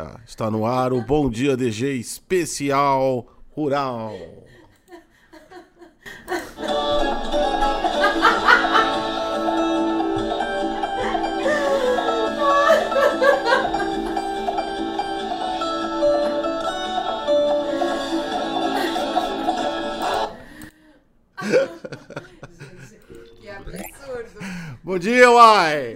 dia! Está no ar o Bom Dia DG Especial Rural. Que absurdo. Bom dia, uai!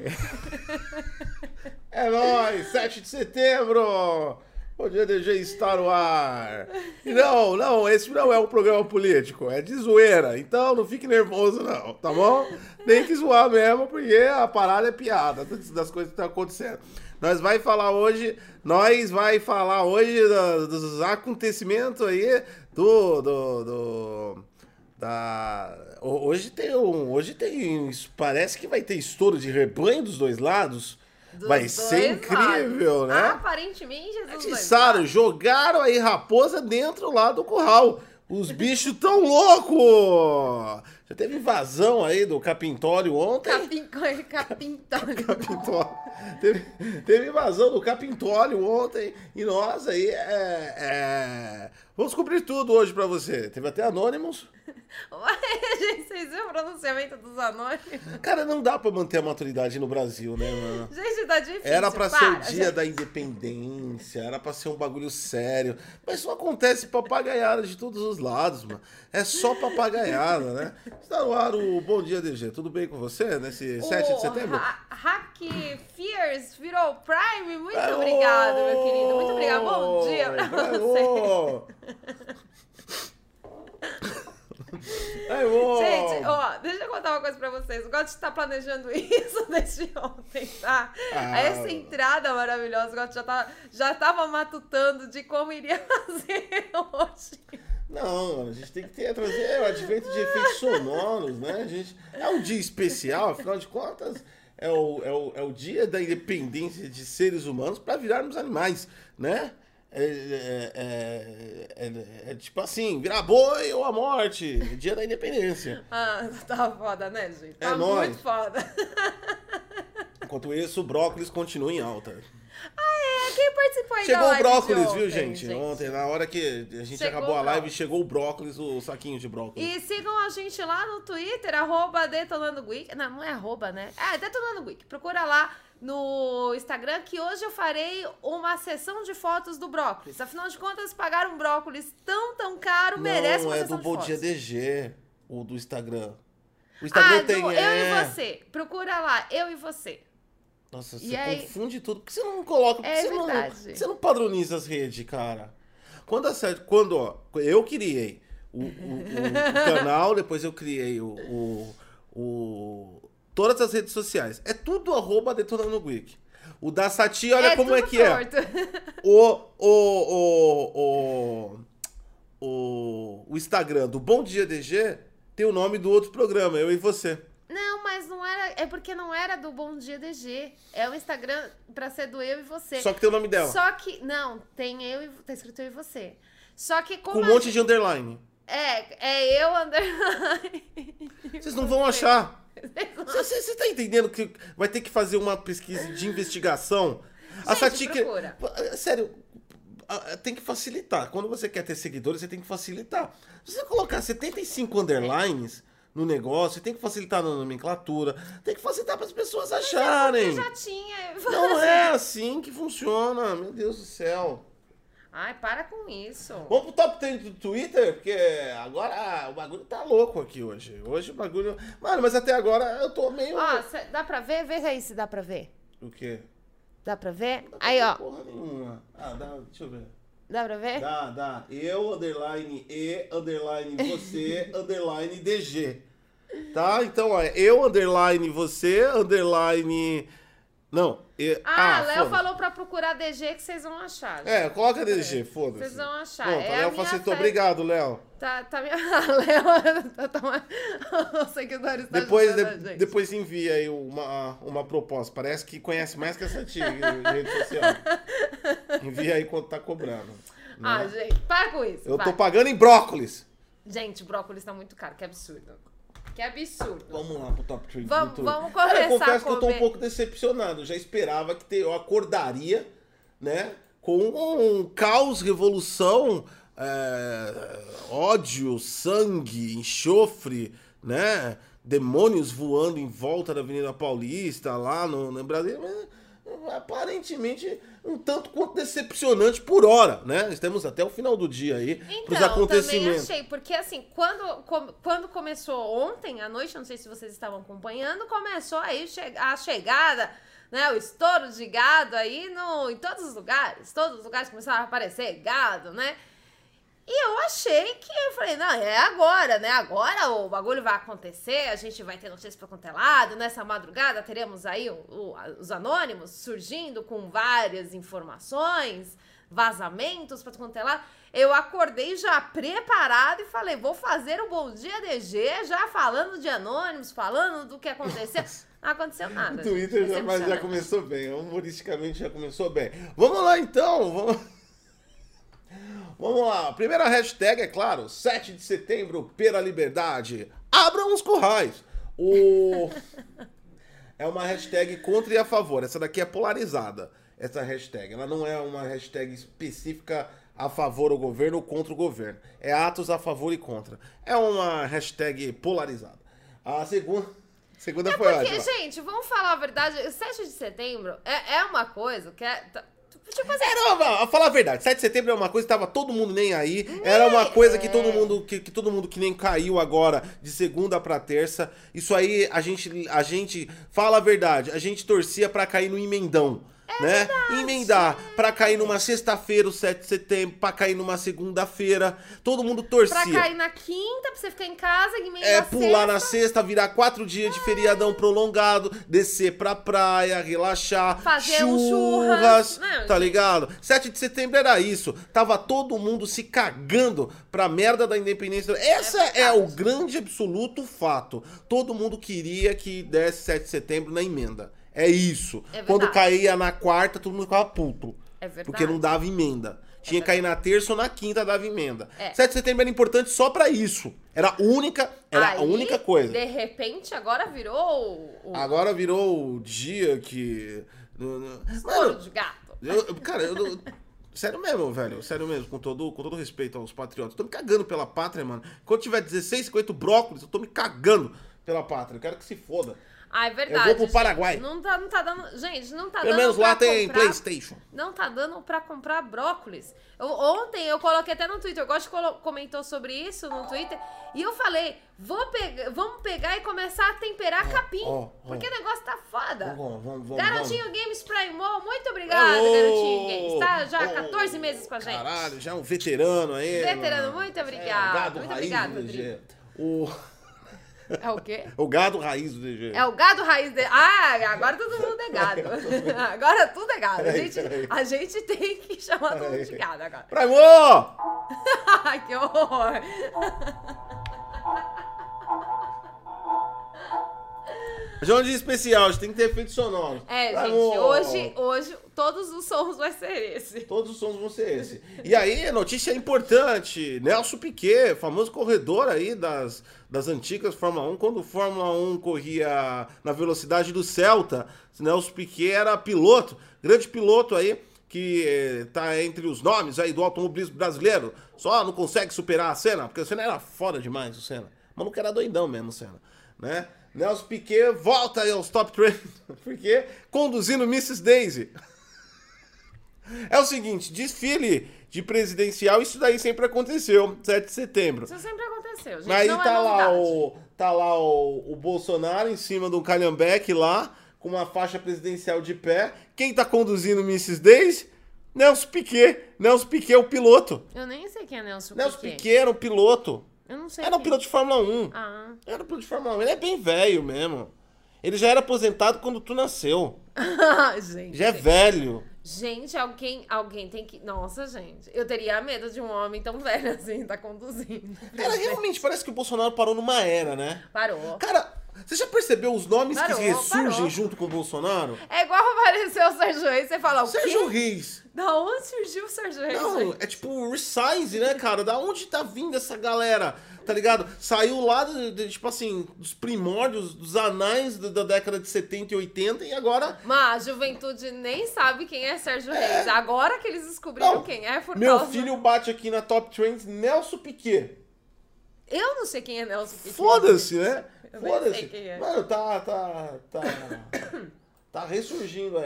É nóis, 7 de setembro! Bom Dia DG está no ar! E não, esse não é um programa político, é de zoeira, então não fique nervoso não, tá bom? Tem que zoar mesmo, porque a parada é piada das coisas que estão acontecendo. Nós vai falar hoje dos acontecimentos aí Hoje tem, parece que vai ter estouro de rebanho dos dois lados. Vai ser incrível, né? Aparentemente, é dos dois Atiçaram, lados. jogaram aí raposa dentro lá do curral. Os bichos tão loucos! Já teve invasão aí do Capintório ontem. Capintório. Capintório. Teve invasão do Capintório ontem. E nós aí vamos cobrir tudo hoje pra você. Teve até Anonymous. Ué, gente, vocês viram o pronunciamento dos anônimos? Cara, não dá pra manter a maturidade no Brasil, né, mano? Gente, tá difícil. Era pra ser o dia gente. da independência, era pra ser um bagulho sério. Mas isso acontece papagaiada de todos os lados, mano. É só papagaiada, né? Está no ar o Bom Dia DG. Tudo bem com você nesse 7 de setembro? Hack Fears virou Prime. Muito obrigado, meu querido. Muito obrigado. Bom dia pra você. Gente, ó, deixa eu contar uma coisa pra vocês. O Gotti tá planejando isso desde ontem, tá? Essa entrada maravilhosa, o Gotti já tava matutando de como iria fazer hoje. Não, a gente tem que trazer o advento de efeitos sonoros, né? É um dia especial, afinal de contas, é o dia da independência de seres humanos para virarmos animais, né? É tipo assim, virar boi ou a morte, dia da independência. Tá foda, né, gente? Tá nóis. muito foda. Enquanto isso, o brócolis continua em alta. Quem participou aí Chegou da o live brócolis, de ontem, viu, gente? Ontem, na hora que a gente Chegou acabou a o live, brócolis. chegou o brócolis, o saquinho de brócolis. E sigam a gente lá no Twitter, @DetonandoGeek. Não é arroba, né? DetonandoGeek. Procura lá no Instagram que hoje eu farei uma sessão de fotos do brócolis. Afinal de contas, pagar um brócolis tão caro merece uma Não, é sessão do de Bom fotos. Dia DG, o do Instagram. O Instagram tem... Eu e você. Procura lá, eu e você. Nossa, E você aí- confunde tudo. Por que você não coloca? Por que É você verdade. você não padroniza as redes, cara? Quando eu criei o canal, depois eu criei todas as redes sociais. É tudo @DetonandoGeek. O da Sati, olha como é tudo que é. torto. O Instagram do Bom Dia DG tem o nome do outro programa, Eu e Você. Não, mas não era. É porque não era do Bom Dia DG. É o Instagram pra ser do eu e você. Só que tem o nome dela. Só que. Não, tem eu e. Tá escrito eu e você. Só que como. Com um monte de underline. É eu, underline. Vocês não vão achar. Você tá entendendo que vai ter que fazer uma pesquisa de investigação? A Gente, Sati procura. Sério, tem que facilitar. Quando você quer ter seguidores, você tem que facilitar. Se você colocar 75 underlines no negócio, você tem que facilitar na nomenclatura, tem que facilitar para as pessoas acharem. Eu já tinha. Não é assim que funciona, meu Deus do céu. Ai, para com isso. Vamos pro top 10 do Twitter, porque agora o bagulho tá louco aqui hoje. Hoje o bagulho... Mano, mas até agora eu tô meio... Ó, dá pra ver? Vê aí se dá pra ver. O quê? Dá pra ver? Não dá Aí, pra ó. ver porra nenhuma. Deixa eu ver. Dá pra ver? Dá. Eu, underline E, underline você, underline DG. Tá? Então, ó, eu, underline você, underline... Não. Léo foda-se. falou pra procurar DG que vocês vão achar. Gente. Coloca DG, foda-se. Vocês vão achar. Pronto, É Léo a minha facilitou. fé. Obrigado, Léo. Tá me... Léo, os seguidores tá ajudando a gente. Depois envia aí uma proposta. Parece que conhece mais que essa tia de rede social. Envia aí quanto tá cobrando. Né? Gente, para com isso. Eu vai. tô pagando em brócolis. Gente, o brócolis tá muito caro, que absurdo. Que absurdo. Vamos lá pro top 3 Vamos do Twitter. começar Eu confesso a que eu tô comer. um pouco decepcionado. Eu já esperava que eu acordaria, né? com um caos, revolução, ódio, sangue, enxofre, né? Demônios voando em volta da Avenida Paulista, lá no Brasil. Aparentemente um tanto quanto decepcionante por hora, né? Estamos até o final do dia aí pros acontecimentos. Também achei, porque assim, quando começou ontem à noite, não sei se vocês estavam acompanhando, começou aí a chegada, né, o estouro de gado aí em todos os lugares começaram a aparecer gado, né? E eu eu falei, não, é agora, né? Agora o bagulho vai acontecer, a gente vai ter notícias pra quanto é lado. Nessa madrugada teremos aí os anônimos surgindo com várias informações, vazamentos pra quanto é lado. Eu acordei já preparado e falei, vou fazer o Bom Dia DG, já falando de anônimos, falando do que aconteceu. Não aconteceu nada. O Twitter já começou bem, humoristicamente já começou bem. Vamos lá então, Vamos lá, primeira hashtag, é claro, 7 de setembro pela liberdade. Abram os currais. É uma hashtag contra e a favor. Essa daqui é polarizada, essa hashtag. Ela não é uma hashtag específica a favor do governo ou contra o governo. É atos a favor e contra. É uma hashtag polarizada. A segunda foi ótima. Porque, gente, vamos falar a verdade, 7 de setembro é uma coisa que é... Tipo assim, a falar a verdade, 7 de setembro é uma coisa que tava todo mundo nem aí. Era uma coisa que todo mundo que nem caiu agora de segunda pra terça. Isso aí, a gente fala a verdade, a gente torcia pra cair no emendão. Né? Verdade, Emendar pra cair numa sexta-feira, o 7 de setembro, pra cair numa segunda-feira. Todo mundo torcia. Pra cair na quinta, pra você ficar em casa, emendar pular na sexta, virar 4 dias de feriadão prolongado, descer pra praia, relaxar, fazer um churras, tá ligado? 7 de setembro era isso. Tava todo mundo se cagando pra merda da independência. Essa é o grande absoluto fato. Todo mundo queria que desse 7 de setembro na emenda. É isso. Quando caía na quarta, todo mundo ficava puto. É verdade. Porque não dava emenda. Tinha que cair na terça ou na quinta, dava emenda. 7 de setembro era importante só pra isso. Era a única coisa. De repente, agora virou Agora virou o dia que... Estouro de gato. Sério mesmo, velho. Sério mesmo, com todo respeito aos patriotas. Eu tô me cagando pela pátria, mano. Quando tiver 16, 50 brócolis, eu tô me cagando pela pátria. Eu quero que se foda. Ah, é verdade. Eu vou pro Paraguai. Não tá dando... Gente, não tá Pelo dando menos lá pra tem comprar, PlayStation. Não tá dando pra comprar brócolis. Ontem eu coloquei até no Twitter, o Gosto comentou sobre isso no Twitter, e eu falei, vamos pegar e começar a temperar capim, porque o negócio tá foda. Vamos. Garotinho Games Primou, muito obrigado, Garotinho Games. Tá já há 14 meses com a gente. Caralho, já é um veterano aí. Veterano, muito obrigado. Muito obrigado, Rodrigo. É o quê? O gado raiz do DG. É o gado raiz do... Ah, agora todo mundo é gado. Agora tudo é gado. A gente tem que chamar todo mundo de gado agora. Primou! Ai, que horror. Hoje é um dia especial, a gente tem que ter efeitos sonoros. Gente, hoje todos os sons vão ser esse. Todos os sons vão ser esse. E aí, notícia importante, Nelson Piquet, famoso corredor aí das antigas Fórmula 1, quando o Fórmula 1 corria na velocidade do Celta, Nelson Piquet era piloto, grande piloto aí, que tá entre os nomes aí do automobilismo brasileiro, só não consegue superar a Senna, porque o Senna era foda demais, o Senna. Mas não era doidão mesmo, o Senna, né? Nelson Piquet volta aí aos top 3, porque conduzindo Mrs. Daisy. É o seguinte, desfile de presidencial, isso daí sempre aconteceu, 7 de setembro. Isso sempre aconteceu, gente. Aí não tá lá o Bolsonaro em cima de um calhambeque lá, com uma faixa presidencial de pé. Quem tá conduzindo Mrs. Daisy? Nelson Piquet. Nelson Piquet é o piloto. Eu nem sei quem é Nelson Nelson Piquet era o piloto. Eu não sei. Era um piloto de Fórmula 1. Era um piloto de Fórmula 1. Ele é bem velho mesmo. Ele já era aposentado quando tu nasceu. Gente. Já é velho. Gente, alguém tem que... Nossa, gente. Eu teria medo de um homem tão velho assim, tá conduzindo. Cara, realmente parece que o Bolsonaro parou numa era, né? Parou. Cara, você já percebeu os nomes que ressurgem junto com o Bolsonaro? É igual apareceu o Sérgio Reis, você fala o quê? Sérgio Reis. Da onde surgiu o Sérgio Reis? Não, é tipo resize, né, cara? Da onde tá vindo essa galera, tá ligado? Saiu lá, tipo assim, dos primórdios, dos anais da década de 70 e 80 e agora... Mas a juventude nem sabe quem é Sérgio Reis. Agora que eles descobriram quem é, por Meu causa... filho bate aqui na Top Trends, Nelson Piquet. Eu não sei quem é Nelson Piquet. Foda-se, né? Eu nem Foda-se. sei quem é. Mano, tá ressurgindo,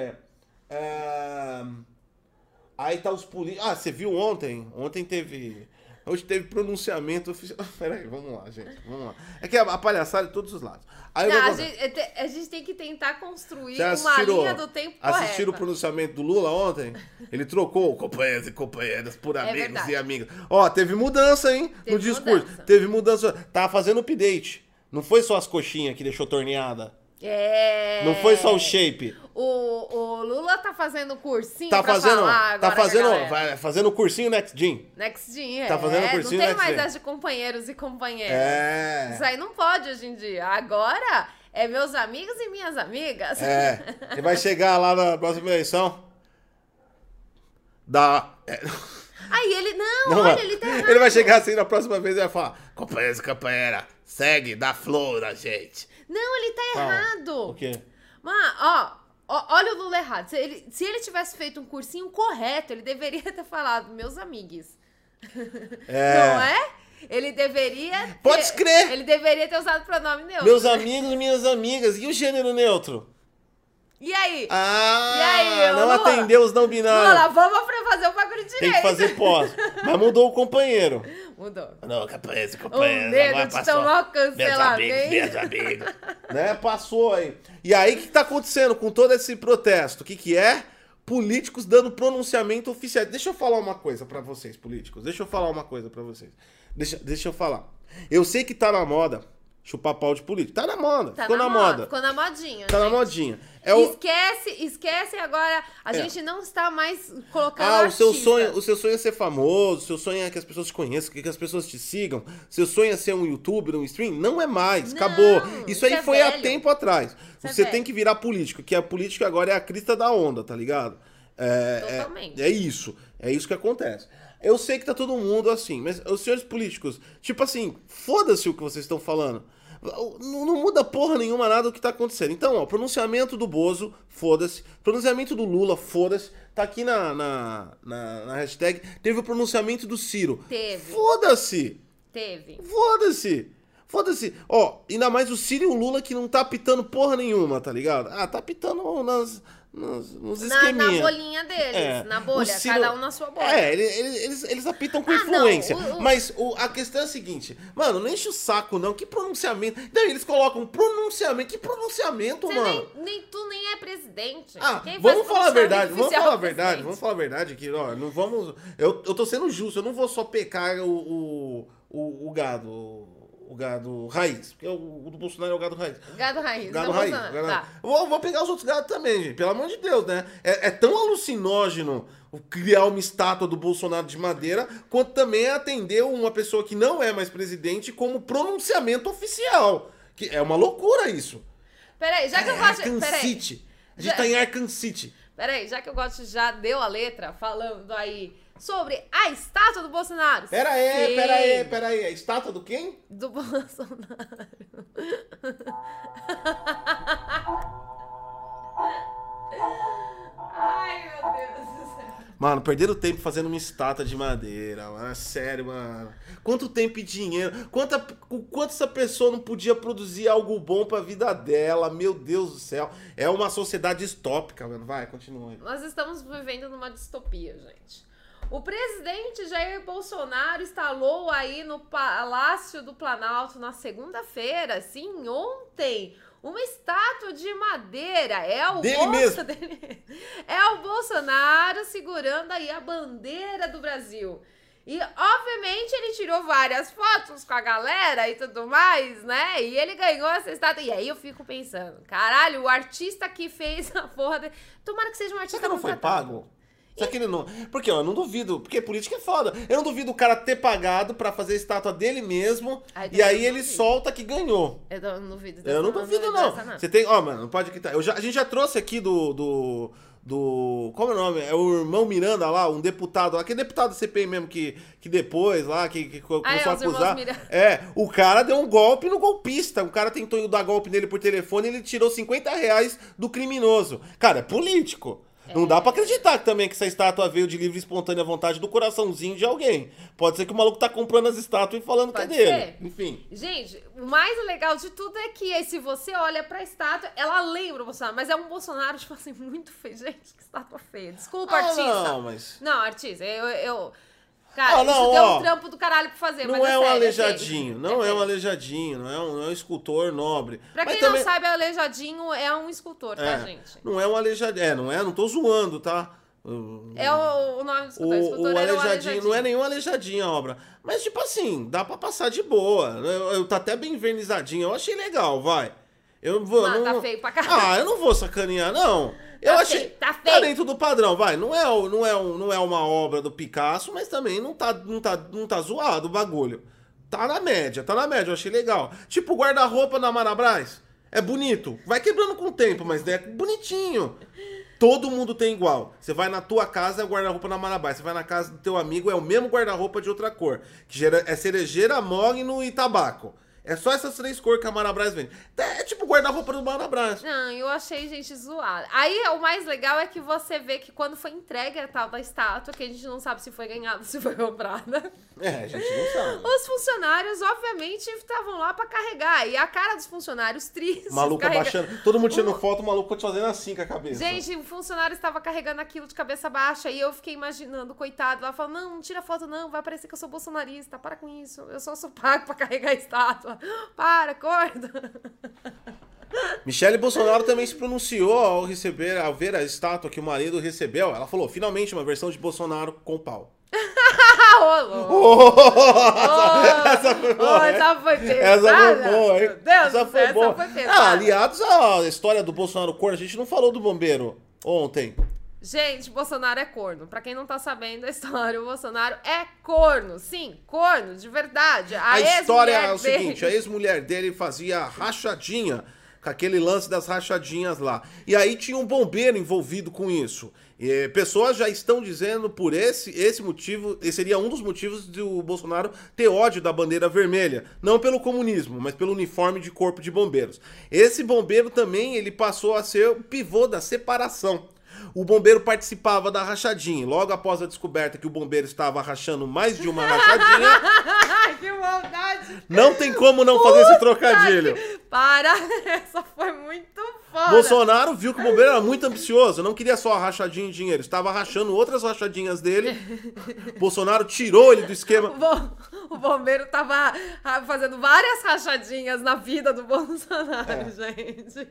Aí tá os políticos... Ah, você viu ontem? Ontem teve... Hoje teve pronunciamento oficial. Peraí, vamos lá, gente. Vamos lá. É que a palhaçada é de todos os lados. Aí Não, a gente tem que tentar construir uma linha do tempo correta. Assistiram o pronunciamento do Lula ontem? Ele trocou companheiros e companheiras por amigos verdade. e amigas. Ó, teve mudança, hein? Teve no discurso. mudança. Teve mudança. Tava fazendo update. Não foi só as coxinhas que deixou torneada. Não foi só o shape. O Lula tá fazendo cursinho Tá pra fazendo, falar agora vai fazendo cursinho Next Gen. Next Gen, Tá fazendo cursinho não tem Next mais Gen. as de companheiros e companheiras. Isso aí não pode hoje em dia. Agora é meus amigos e minhas amigas. Ele vai chegar lá na próxima eleição. Aí ele, olha, ele tá errado. Ele vai chegar assim na próxima vez e vai falar: companheiros e companheira, segue, dá flor na gente. Não, ele tá errado. O quê? Mas, olha o Lula errado. Se ele tivesse feito um cursinho correto, ele deveria ter falado, meus amigos. Não é? Ele deveria Pode crer. Ele deveria ter usado o pronome neutro. Meus amigos e minhas amigas. E o gênero neutro? E aí? Não Lula? atendeu os não binários. Lula, vamos fazer o bagulho direito. Tem que fazer pós. Mas mudou o companheiro. Mudou. Não, companheiro. O medo de tomar o cancelamento. Meus amigos. Né? Passou aí. E aí, o que tá acontecendo com todo esse protesto? O que é? Políticos dando pronunciamento oficial. Deixa eu falar uma coisa pra vocês, políticos. Deixa eu falar. Eu sei que tá na moda chupar pau de político. Tá na moda. Ficou na moda. Ficou na modinha. Tá na modinha. Esquece agora. A gente não está mais colocando o seu artista. sonho é ser famoso, o seu sonho é que as pessoas te conheçam, que as pessoas te sigam. Seu sonho é ser um youtuber, um stream. Não é mais. Acabou. Isso aí foi há tempo atrás. Você tem que virar político, que a política agora é a crista da onda, tá ligado? Totalmente. É isso. É isso que acontece. Eu sei que tá todo mundo assim, mas os senhores políticos, tipo assim, foda-se o que vocês estão falando. Não muda porra nenhuma nada do que tá acontecendo. Então, ó, pronunciamento do Bozo, foda-se. Pronunciamento do Lula, foda-se. Tá aqui na hashtag. Teve o pronunciamento do Ciro. Teve. Foda-se. Foda-se. Ó, ainda mais o Ciro e o Lula que não tá apitando porra nenhuma, tá ligado? Tá apitando nos esqueminha. Na bolinha deles, na bolha, Ciro, cada um na sua bolha. Eles apitam com influência. Não, mas a questão é a seguinte, mano, não enche o saco não, que pronunciamento. Daí eles colocam pronunciamento, que pronunciamento, mano? Nem tu nem é presidente. Vamos falar a verdade, vamos falar a verdade aqui, ó, não vamos... Eu tô sendo justo, eu não vou só pecar o gado raiz, porque o do Bolsonaro é o gado raiz. Gado raiz. Tá. Vou pegar os outros gados também, gente. Pelo amor de Deus, né? É tão alucinógeno criar uma estátua do Bolsonaro de madeira, quanto também atender uma pessoa que não é mais presidente como pronunciamento oficial. Que é uma loucura isso. Peraí, já que eu gosto... Arkansas City. A gente tá em Arkansas City. Peraí, já que eu gosto, já deu a letra falando aí sobre a estátua do Bolsonaro. Peraí. A estátua do quem? Do Bolsonaro. Ai, meu Deus do céu. Mano, perderam tempo fazendo uma estátua de madeira, mano. É sério, mano. Quanto tempo e dinheiro. Quanto essa pessoa não podia produzir algo bom pra vida dela? Meu Deus do céu. É uma sociedade distópica, mano. Vai, continua aí. Nós estamos vivendo numa distopia, gente. O presidente Jair Bolsonaro instalou aí no Palácio do Planalto na segunda-feira, sim, ontem, uma estátua de madeira. É o Bolsonaro segurando aí a bandeira do Brasil. E, obviamente, ele tirou várias fotos com a galera e tudo mais, né? E ele ganhou essa estátua. E aí eu fico pensando, caralho, o artista que fez a porra dele... Tomara que seja um artista Será que não foi contratado. pago? Será que ele não... Porque, ó, eu não duvido, porque política é foda. Eu não duvido o cara ter pagado pra fazer a estátua dele mesmo, e aí ele solta que ganhou. Eu não duvido. Eu não duvido, não. Você tem... Ó, mano, não pode quitar. A gente já trouxe aqui do Como é o nome? É o irmão Miranda lá, um deputado, aquele deputado da CPI mesmo que depois lá, que começou a acusar. O cara deu um golpe no golpista. O cara tentou dar golpe nele por telefone e ele tirou R$50 do criminoso. Cara, é político. Não dá pra acreditar também que essa estátua veio de livre e espontânea vontade do coraçãozinho de alguém. Pode ser que o maluco tá comprando as estátuas e falando que é dele. Enfim. Gente, o mais legal de tudo é que se você olha pra estátua, ela lembra o Bolsonaro, mas é um Bolsonaro, tipo assim, muito feio. Gente, que estátua feia. Desculpa, artista. Não, mas... Não, artista, Cara, isso deu um trampo do caralho pra fazer, não mas é sério, um aleijadinho, não é um aleijadinho, não é um escultor nobre. Pra quem não sabe, aleijadinho é um escultor, tá, gente? Não é um aleijadinho, não tô zoando, tá? É o nome do escultor, escultor era o aleijadinho. Não é nenhum aleijadinho a obra, mas tipo assim, dá pra passar de boa, tá até bem invernizadinho, eu achei legal, vai. Tá feio pra caralho. Eu não vou sacanear, não. Eu achei. Tá feio. Tá dentro do padrão, vai. Não é uma obra do Picasso, mas também não tá zoado o bagulho. Tá na média, eu achei legal. Tipo o guarda-roupa na Marabras. É bonito. Vai quebrando com o tempo, mas é bonitinho. Todo mundo tem igual. Você vai na tua casa, é o guarda-roupa na Marabás. Você vai na casa do teu amigo, é o mesmo guarda-roupa de outra cor. Que é cerejeira, mogno e tabaco. É só essas 3 cores que a Marabras vende. É tipo guarda-roupa do Marabras. Não, eu achei, gente, zoado. Aí, o mais legal é que você vê que quando foi entregue a tal da estátua, que a gente não sabe se foi ganhada ou se foi comprada. A gente não sabe. Os funcionários, obviamente, estavam lá pra carregar. E a cara dos funcionários tristes. O maluco abaixando. Todo mundo tirando foto, o maluco te fazendo assim com a cabeça. Gente, o funcionário estava carregando aquilo de cabeça baixa. E eu fiquei imaginando, coitado, lá falando, não tira foto não, vai parecer que eu sou bolsonarista. Para com isso. Eu só sou pago pra carregar a estátua. Para, acorda. Michele Bolsonaro também se pronunciou ao ver a estátua que o marido recebeu. Ela falou, finalmente uma versão de Bolsonaro com pau. Essa foi boa. Essa foi pesada. Essa foi boa, hein? Meu Deus, essa foi boa. Foi pesada. Aliados à história do Bolsonaro corno, a gente não falou do bombeiro ontem. Gente, Bolsonaro é corno. Pra quem não tá sabendo a história, o Bolsonaro é corno. Sim, corno, de verdade. A história é o seguinte, a ex-mulher dele fazia rachadinha, com aquele lance das rachadinhas lá. E aí tinha um bombeiro envolvido com isso. E pessoas já estão dizendo por esse motivo, esse seria um dos motivos do Bolsonaro ter ódio da bandeira vermelha. Não pelo comunismo, mas pelo uniforme de corpo de bombeiros. Esse bombeiro também, ele passou a ser o pivô da separação. O bombeiro participava da rachadinha. Logo após a descoberta que o bombeiro estava rachando mais de uma rachadinha... Que maldade! Não tem como não fazer esse trocadilho. Para! Essa foi muito foda. Bolsonaro viu que o bombeiro era muito ambicioso. Não queria só a rachadinha de dinheiro. Estava rachando outras rachadinhas dele. Bolsonaro tirou ele do esquema. O bombeiro tava fazendo várias rachadinhas na vida do Bolsonaro, gente.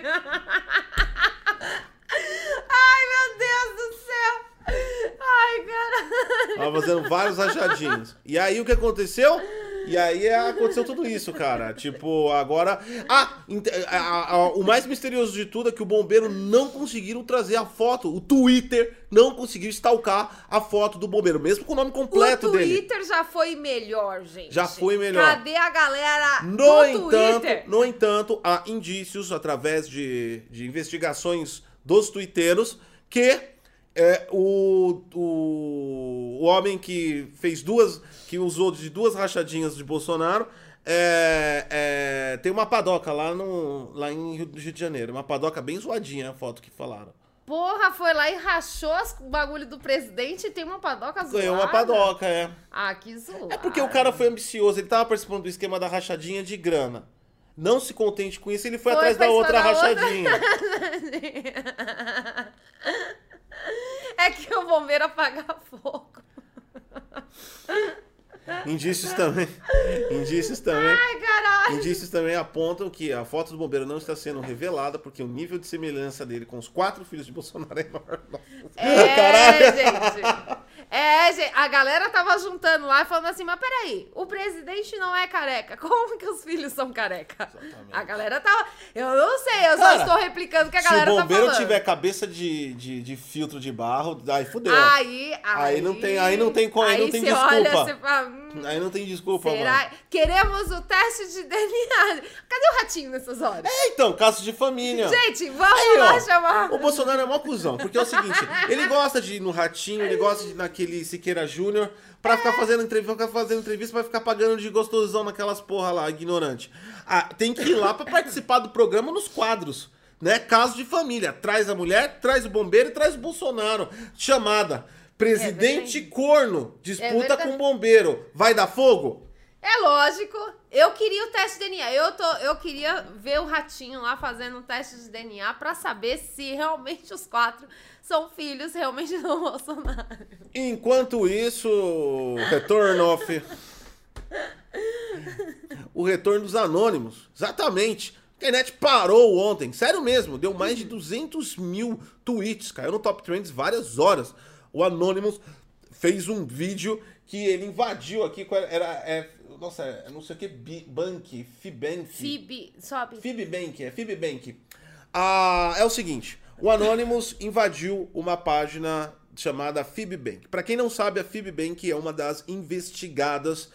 Ai, meu Deus do céu! Ai, caralho! Tava fazendo vários rachadinhos. E aí o que aconteceu? E aí aconteceu tudo isso, cara. Tipo, agora... o mais misterioso de tudo é que o bombeiro não conseguiram trazer a foto. O Twitter não conseguiu stalkar a foto do bombeiro, mesmo com o nome completo dele. O Twitter já foi melhor, gente. Já foi melhor. Cadê a galera do Twitter? No entanto, há indícios, através de investigações dos twitteiros, que o homem que fez que usou de 2 rachadinhas de Bolsonaro, tem uma padoca lá em Rio de Janeiro. Uma padoca bem zoadinha, a foto que falaram. Porra, foi lá e rachou o bagulho do presidente e tem uma padoca zoada. Ganhou uma padoca, que zoado. É porque o cara foi ambicioso, ele tava participando do esquema da rachadinha de grana. Não se contente com isso, ele foi atrás da outra rachadinha. É que o bombeiro apaga fogo. Indícios também. Ai, caralho. Indícios também apontam que a foto do bombeiro não está sendo revelada porque o nível de semelhança dele com os 4 filhos de Bolsonaro é enorme. Gente. Gente, a galera tava juntando lá e falando assim, mas peraí, o presidente não é careca, como que os filhos são careca? Exatamente. A galera tava... Eu não sei, eu só estou replicando o que a galera tá falando. Se o bombeiro tiver cabeça de filtro de barro, aí fudeu. Aí não tem desculpa. Olha, você fala, Aí não tem desculpa, mano. Será? Queremos o teste de DNA. Cadê o ratinho nessas horas? Então, casos de família. Gente, vamos lá chamar. O Bolsonaro é mó cuzão, porque é o seguinte, ele gosta de ir no Ratinho, ele gosta de ir naquele Siqueira Júnior, pra ficar fazendo entrevista, vai ficar pagando de gostosão naquelas porra lá, ignorante. Tem que ir lá pra participar do programa nos quadros, né? Caso de família. Traz a mulher, traz o bombeiro e traz o Bolsonaro. Chamada. Presidente corno disputa com bombeiro. Vai dar fogo? É lógico. Eu queria o teste de DNA. Eu queria ver o ratinho lá fazendo um teste de DNA pra saber se realmente os 4 são filhos realmente do Bolsonaro. Enquanto isso, o retorno dos anônimos. Exatamente. A internet parou ontem. Sério mesmo. Deu mais de 200 mil tweets. Caiu no Top Trends várias horas. O Anonymous fez um vídeo que ele invadiu aqui. Não sei o que. Fibbank. Fibbank. É o seguinte. O Anonymous invadiu uma página chamada Fibbank. Para quem não sabe, a Fibbank é uma das investigadas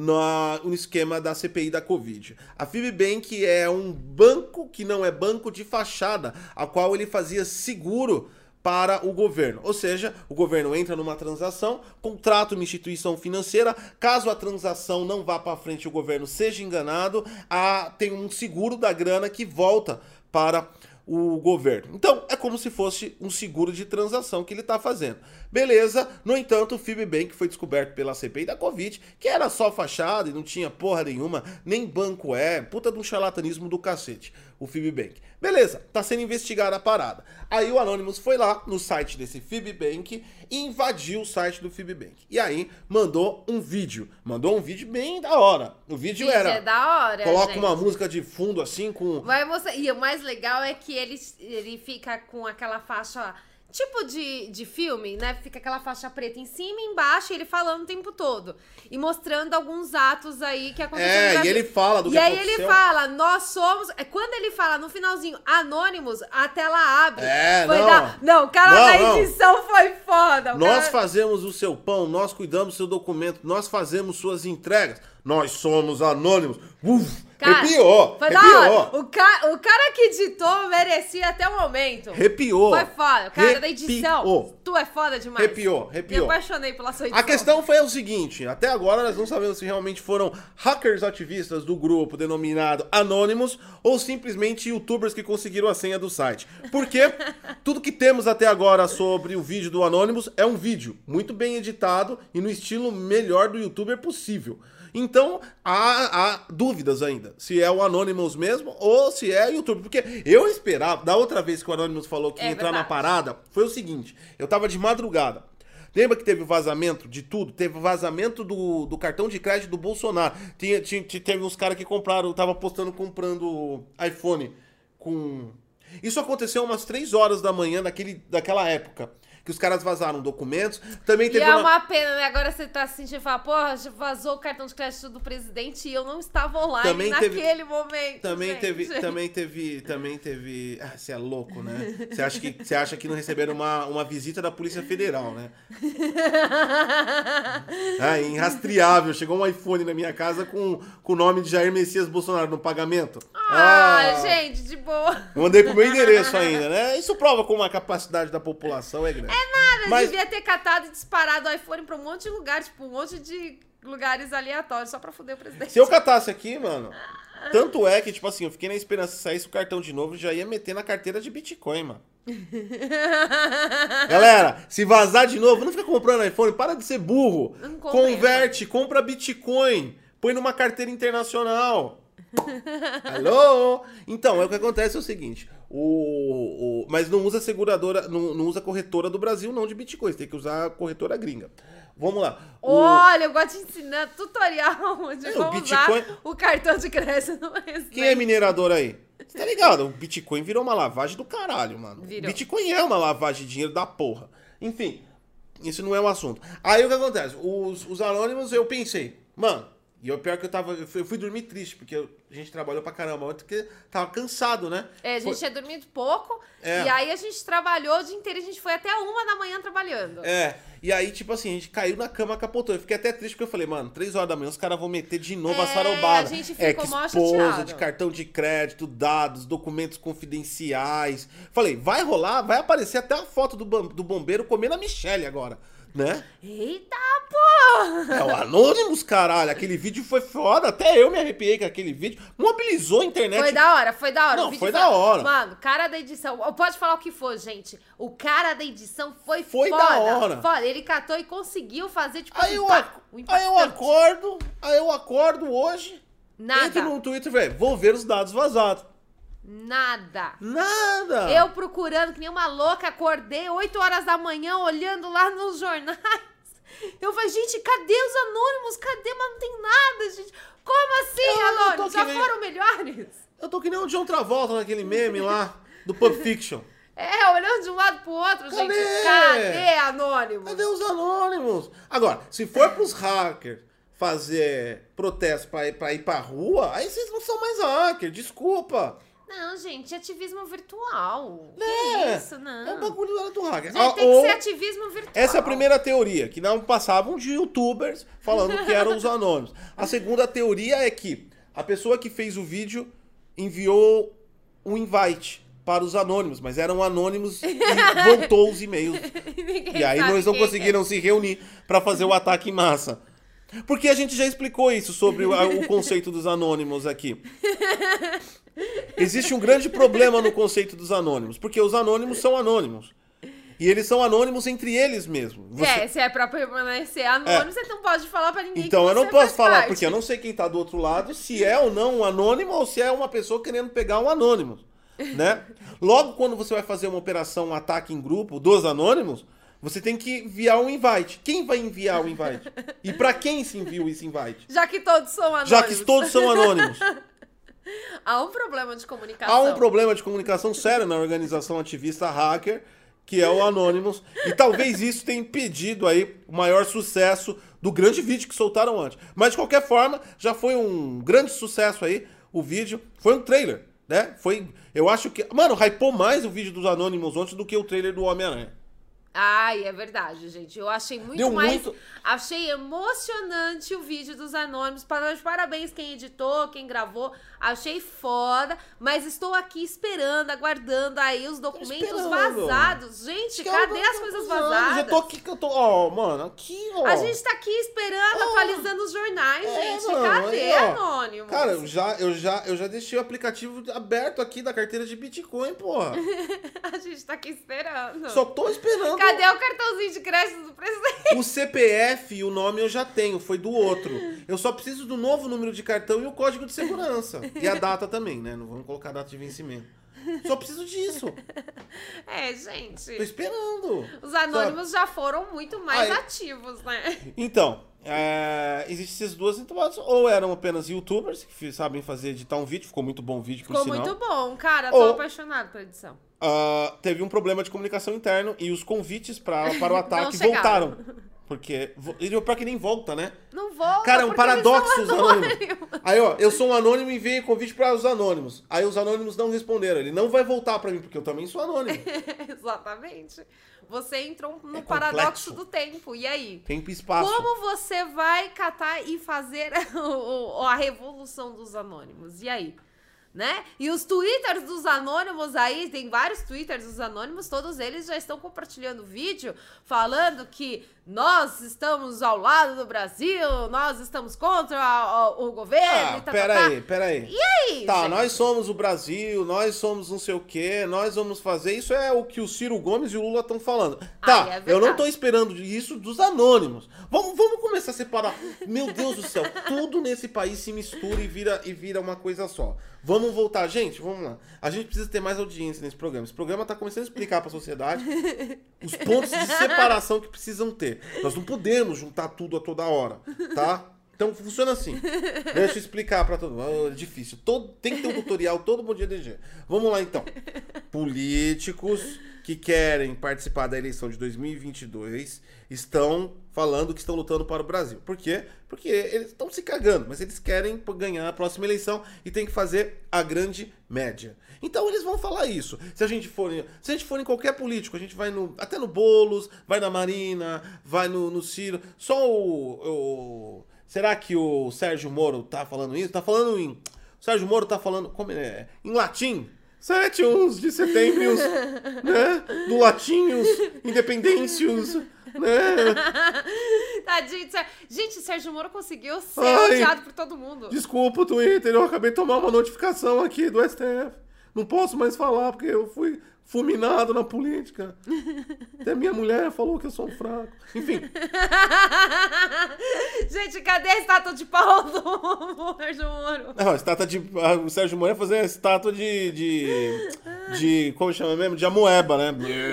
no esquema da CPI da Covid. A Fibbank é um banco que não é banco de fachada, a qual ele fazia seguro para o governo. Ou seja, o governo entra numa transação, contrata uma instituição financeira, caso a transação não vá para frente e o governo seja enganado, tem um seguro da grana que volta para o governo. Então, é como se fosse um seguro de transação que ele está fazendo. Beleza, no entanto, o Fibbank foi descoberto pela CPI da Covid, que era só fachada e não tinha porra nenhuma, nem banco puta de um charlatanismo do cacete, o Fibbank. Beleza, tá sendo investigada a parada. Aí o Anonymous foi lá no site desse Fibbank e invadiu o site do Fibbank. E aí mandou um vídeo bem da hora. O vídeo era... é da hora, coloca gente. Uma música de fundo assim com... E o mais legal é que ele fica com aquela faixa... Tipo de filme, né? Fica aquela faixa preta em cima e embaixo, e ele falando o tempo todo. E mostrando alguns atos aí que aconteceram no Brasil. E ele fala do que aconteceu. E aí ele fala, nós somos... Quando ele fala no finalzinho, Anonymous, a tela abre. O cara da edição foi foda. Nós fazemos o seu pão, nós cuidamos do seu documento, nós fazemos suas entregas. Nós somos anônimos. Cara, arrepiou. O cara que editou merecia até o momento. Arrepiou. Foi foda. Cara da edição. Tu é foda demais. Arrepiou. Me apaixonei pela sua edição. A questão foi o seguinte. Até agora nós não sabemos se realmente foram hackers ativistas do grupo denominado Anonymous ou simplesmente youtubers que conseguiram a senha do site. Porque tudo que temos até agora sobre o vídeo do Anonymous é um vídeo muito bem editado e no estilo melhor do youtuber possível. Então, há dúvidas ainda, se é o Anonymous mesmo ou se é o YouTube. Porque eu esperava, da outra vez que o Anonymous falou que ia entrar na parada, foi o seguinte, eu tava de madrugada. Lembra que teve vazamento de tudo? Teve vazamento do cartão de crédito do Bolsonaro. Teve uns caras que tava comprando iPhone com... Isso aconteceu umas 3 horas da manhã daquela época. Que os caras vazaram documentos. Também teve uma pena, né? Agora você tá sentindo e fala, porra, vazou o cartão de crédito do presidente e eu não estava online naquele momento. Também teve. Você é louco, né? Você acha que não receberam uma visita da Polícia Federal, né? Irrastreável. Chegou um iPhone na minha casa com o nome de Jair Messias Bolsonaro no pagamento. Gente, de boa. Eu mandei pro meu endereço ainda, né? Isso prova como a capacidade da população é grande. Devia ter catado e disparado o iPhone pra um monte de lugar, tipo, um monte de lugares aleatórios, só pra foder o presidente. Se eu catasse aqui, mano, tanto é que, tipo assim, eu fiquei na esperança que saísse o cartão de novo e já ia meter na carteira de Bitcoin, mano. Galera, se vazar de novo, não fica comprando iPhone, para de ser burro. Converte, compra Bitcoin, põe numa carteira internacional. Alô? Então, o que acontece é o seguinte, mas não usa seguradora, não usa corretora do Brasil não de Bitcoin, você tem que usar a corretora gringa. Vamos lá. Olha, eu gosto de ensinar tutorial de como Bitcoin... usar o cartão de crédito no presente. Quem é minerador aí? Você tá ligado? O Bitcoin virou uma lavagem do caralho, mano. Bitcoin é uma lavagem de dinheiro da porra. Enfim, isso não é um assunto. Aí o que acontece? Os anônimos, eu pensei, mano, E o pior que eu fui dormir triste, porque a gente trabalhou pra caramba ontem, porque tava cansado, né? A gente tinha dormido pouco, e É. aí a gente trabalhou o dia inteiro, a gente foi até 1h trabalhando. E aí, tipo assim, a gente caiu na cama, capotou. Eu fiquei até triste, porque eu falei, mano, 3 horas da manhã os caras vão meter de novo a sarobada. A gente ficou mó esposa, chateado. de cartão de crédito, dados, documentos confidenciais. Falei, vai rolar, vai aparecer até a foto do bombeiro comendo a Michelle agora, né? Eita, pô! É o Anonymous, caralho. Aquele vídeo foi foda. Até eu me arrepiei com aquele vídeo. Mobilizou a internet. Foi da hora, foi da hora. Não, O vídeo foi da hora. Mano, cara da edição. Pode falar o que for, gente. O cara da edição foi Foi foda. da hora. Foda. Ele catou e conseguiu fazer, tipo, Aí assim, eu, pá, o aí eu acordo hoje. Nada. Entro no Twitter, velho. Vou ver os dados vazados. Nada. Nada. Eu procurando que nem uma louca, acordei 8 horas da manhã, olhando lá nos jornais. Eu falei, gente, cadê os anônimos? Cadê? Mas não tem nada, gente. Como assim, anônimos? Já foram melhores? Eu tô que nem o John Travolta naquele meme lá do Pulp Fiction. Olhando de um lado pro outro, Cadê? gente. Cadê anônimos? Cadê os anônimos? Agora, se for pros hackers fazer protesto pra ir pra rua, aí vocês não são mais hackers, desculpa. Não, gente, ativismo virtual. Que isso, não. É um bagulho lá do hacker. Gente, tem que ser ativismo virtual. Essa é a primeira teoria, que não passavam de youtubers falando que eram os anônimos. A segunda teoria é que a pessoa que fez o vídeo enviou um invite para os anônimos, mas eram anônimos e voltou os e-mails. E aí nós não conseguiram se reunir para fazer o ataque em massa. Porque a gente já explicou isso sobre o conceito dos anônimos aqui. Existe um grande problema no conceito dos anônimos, porque os anônimos são anônimos. E eles são anônimos entre eles mesmos. Se é pra permanecer anônimo, você não pode falar pra ninguém então que eu não você posso faz falar, parte. porque eu não sei quem tá do outro lado, se é ou não um anônimo, ou se é uma pessoa querendo pegar um anônimo, né? Logo, quando você vai fazer uma operação, um ataque em grupo dos anônimos, você tem que enviar um invite. Quem vai enviar o invite? E pra quem se envia esse invite? Já que todos são anônimos. Já que todos são anônimos. Há um problema de comunicação. Há um problema de comunicação sério na organização ativista hacker, que é o Anonymous, e talvez isso tenha impedido aí o maior sucesso do grande vídeo que soltaram antes. Mas de qualquer forma, já foi um grande sucesso aí o vídeo. Foi um trailer, né? Eu acho que... Mano, hypou mais o vídeo dos Anonymous ontem do que o trailer do Homem-Aranha. Ai, é verdade, gente. Eu achei Achei emocionante o vídeo dos anônimos. Parabéns quem editou, quem gravou. Achei foda. Mas estou aqui esperando, aguardando aí os documentos vazados. Gente, cadê as coisas vazadas? Eu tô aqui que eu tô... Ó, mano, aqui, ó. A gente tá aqui esperando, atualizando os jornais, gente. Mano, Cadê aí, ó. anônimos? Cara, eu já deixei o aplicativo aberto aqui da carteira de Bitcoin, porra. A gente tá aqui esperando. Só tô esperando. Cadê o cartãozinho de crédito do presidente? O CPF e o nome eu já tenho, foi do outro. Eu só preciso do novo número de cartão e o código de segurança. E a data também, né? Não vamos colocar a data de vencimento. Só preciso disso. Gente. Tô esperando. Os anônimos já foram muito mais ativos, né? Então, existem essas duas situações. Ou eram apenas youtubers que sabem editar um vídeo. Ficou muito bom o vídeo, por sinal. Ficou muito bom, cara. Tô apaixonado pela edição. Teve um problema de comunicação interno e os convites para o ataque Não voltaram. Porque pior que nem volta, né? Não volta. Cara, é um paradoxo os anônimos. anônimos. Aí, ó, eu sou um anônimo e enviei convite para os anônimos. Aí os anônimos não responderam. Ele não vai voltar para mim, porque eu também sou anônimo. Exatamente. Você entrou no É paradoxo complexo. do tempo. E aí? Tempo e espaço. Como você vai catar e fazer a revolução dos anônimos? E aí? Né? E os twitters dos anônimos aí, tem vários twitters dos anônimos, todos eles já estão compartilhando vídeo falando que nós estamos ao lado do Brasil, nós estamos contra o governo e tal. Peraí. E aí, Tá, gente? nós somos o Brasil, nós somos não sei o quê, nós vamos fazer... Isso é o que o Ciro Gomes e o Lula estão falando. Tá, É eu não verdade. tô esperando isso dos anônimos. Vamos começar a separar. Meu Deus do céu, tudo nesse país se mistura e vira uma coisa só. Vamos voltar, gente, vamos lá. A gente precisa ter mais audiência nesse programa. Esse programa tá começando a explicar pra sociedade os pontos de separação que precisam ter. Nós não podemos juntar tudo a toda hora, tá? Então funciona assim. Deixa eu explicar pra todo mundo. É difícil. Tem que ter um tutorial todo Bom Dia DG. Vamos lá então. Políticos que querem participar da eleição de 2022 estão falando que estão lutando para o Brasil. Por quê? Porque eles estão se cagando, mas eles querem ganhar a próxima eleição e tem que fazer a grande média. Então eles vão falar isso. Se a gente for em qualquer político, a gente vai até no Boulos, vai na Marina, vai no Ciro. Só será que o Sérgio Moro tá falando isso? Tá falando o Sérgio Moro tá falando em latim. 7 uns de setembro, né? Do latinhos, independêncios, né? Tadinho. Gente, Sérgio Moro conseguiu ser odiado por todo mundo. Desculpa, Twitter, eu acabei de tomar uma notificação aqui do STF. Não posso mais falar, porque eu fui fulminado na política. Até minha mulher falou que eu sou um fraco. Enfim. Gente, cadê a estátua de pau do Sérgio Moro? Não, o Sérgio Moro ia fazer a estátua de como chama mesmo? De amoeba, né?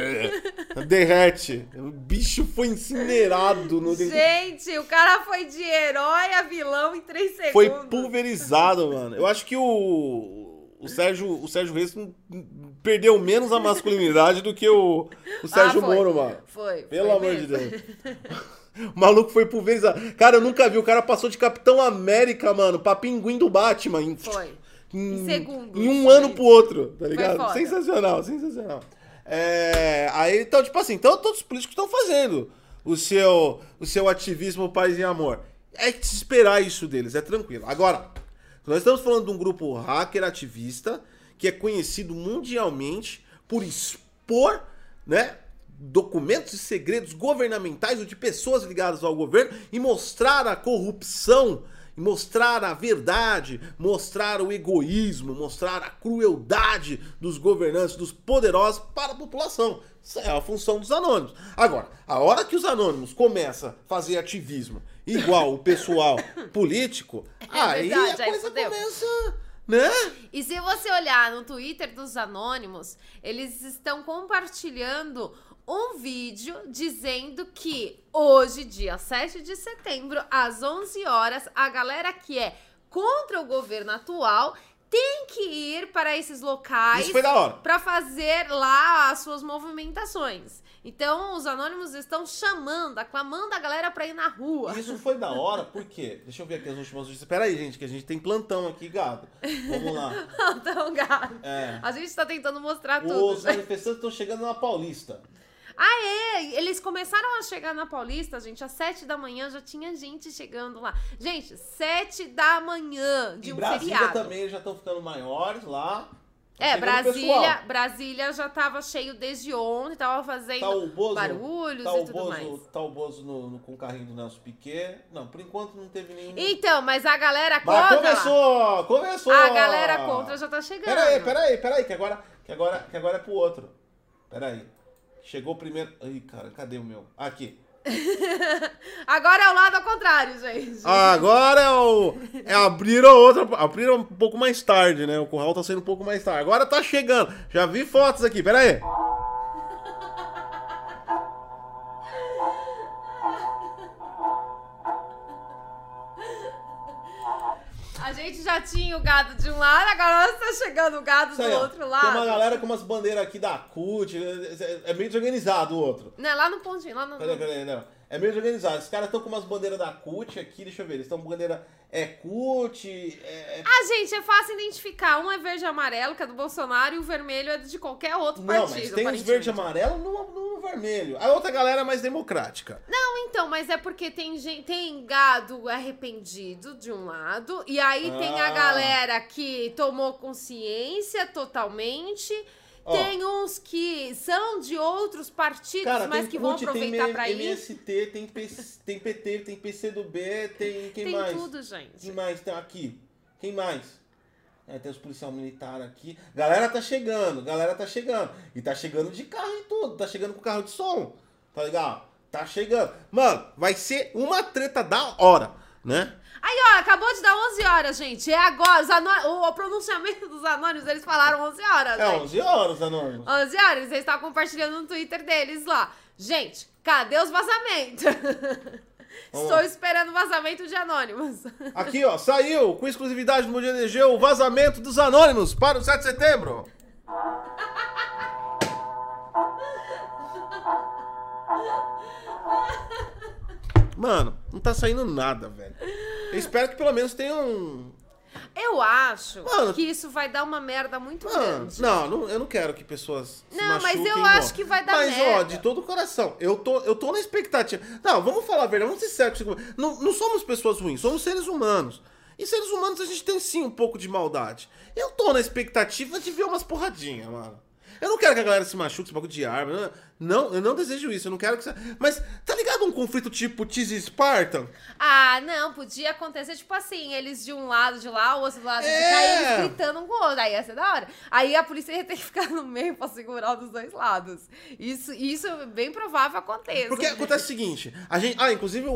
Derrete. O bicho foi incinerado. Gente, o cara foi de herói a vilão em 3 segundos. Foi pulverizado, mano. Eu acho que o Sérgio Reis perdeu menos a masculinidade do que o Sérgio Moro, mano. Pelo amor de Deus. O maluco foi pulverizado. Cara, eu nunca vi. O cara passou de Capitão América, mano, pra pinguim do Batman. Em segundos. Em um ano pro outro, tá ligado? Sensacional, sensacional. Aí, então, tipo assim, todos os políticos estão fazendo o seu ativismo paz e amor. É que se esperar isso deles, é tranquilo. Agora, nós estamos falando de um grupo hacker ativista que é conhecido mundialmente por expor, né, documentos e segredos governamentais ou de pessoas ligadas ao governo e mostrar a corrupção, mostrar a verdade, mostrar o egoísmo, mostrar a crueldade dos governantes, dos poderosos para a população. Isso é a função dos anônimos. Agora, a hora que os anônimos começam a fazer ativismo igual o pessoal político, aí a coisa começa, né? E se você olhar no Twitter dos anônimos, eles estão compartilhando um vídeo dizendo que hoje, dia 7 de setembro, às 11 horas, a galera que é contra o governo atual tem que ir para esses locais para fazer lá as suas movimentações. Então, os anônimos estão aclamando a galera pra ir na rua. Isso foi da hora, por quê? Deixa eu ver aqui as últimas notícias. Espera aí, gente, que a gente tem plantão aqui, gado. Vamos lá. Plantão, gado. A gente tá tentando mostrar tudo. Os manifestantes estão chegando na Paulista. Eles começaram a chegar na Paulista, gente, às 7 da manhã já tinha gente chegando lá. Gente, 7 da manhã de um feriado. Brasília também já estão ficando maiores lá. Brasília já tava cheio desde ontem, tava fazendo barulhos e tudo mais. Tá o Bozo com o carrinho do Nelson Piquet. Não, por enquanto não teve nenhum. Então, mas a galera contra... Começou! A galera contra já tá chegando. Peraí, que agora é pro outro. Peraí. Chegou o primeiro... Ih, cara, cadê o meu? Aqui. Agora é o lado ao contrário, gente. Agora abriram um pouco mais tarde, né? O curral tá sendo um pouco mais tarde. Agora tá chegando. Já vi fotos aqui, pera aí. A gente já tinha o gado de um lado, agora tá chegando o gado do outro lado. Tem uma galera com umas bandeiras aqui da CUT, é meio desorganizado o outro. Não, lá no pontinho, lá no... Peraí, não. É meio desorganizado. Os caras estão com umas bandeiras da CUT aqui, deixa eu ver, eles estão com bandeira CUT... gente, é fácil identificar. Um é verde e amarelo, que é do Bolsonaro, e o vermelho é de qualquer outro partido. Não, mas tem os verde e amarelo no vermelho. A outra galera é mais democrática. Não, então, mas é porque tem gado arrependido de um lado, e aí tem a galera que tomou consciência totalmente... Tem uns que são de outros partidos, mas que vão aproveitar pra ir. Tem MST, tem PT, tem PCdoB, tem quem mais? Tem tudo, gente. Quem mais tem aqui? Quem mais? Tem os policial militar aqui. Galera tá chegando. E tá chegando de carro e tudo. Tá chegando com carro de som. Tá ligado? Tá chegando. Mano, vai ser uma treta da hora, né? Aí, acabou de dar 11 horas, gente. É agora. O pronunciamento dos anônimos, eles falaram 11 horas. É, 11 horas, anônimos. 11 horas. Eles estavam compartilhando no Twitter deles lá. Gente, cadê os vazamentos? Estou esperando o vazamento de anônimos. Aqui, saiu com exclusividade no Bom Dia DG o vazamento dos anônimos para o 7 de setembro. Mano, não tá saindo nada, velho. Eu espero que pelo menos tenha um... Eu acho Mano, que isso vai dar uma merda muito Mano, grande. não, eu não quero que pessoas se Não, mas machuquem, eu acho que vai dar Mas, merda. ó, de todo o coração, eu tô na expectativa. Não, vamos falar a verdade, vamos ser sérios. Não somos pessoas ruins, somos seres humanos. E seres humanos a gente tem sim um pouco de maldade. Eu tô na expectativa de ver umas porradinhas, mano. Eu não quero que a galera se machuque, esse bagulho de arma. Não, eu não desejo isso, eu não quero que... Mas, tá ligado um conflito tipo Tease e Spartan? Ah, não, podia acontecer, tipo assim, eles de um lado de lá, o outro do lado de cá, e eles gritando um com o outro. Aí ia ser da hora. Aí a polícia ia ter que ficar no meio pra segurar dos dois lados. Isso é bem provável aconteça. Porque acontece o seguinte, a gente... inclusive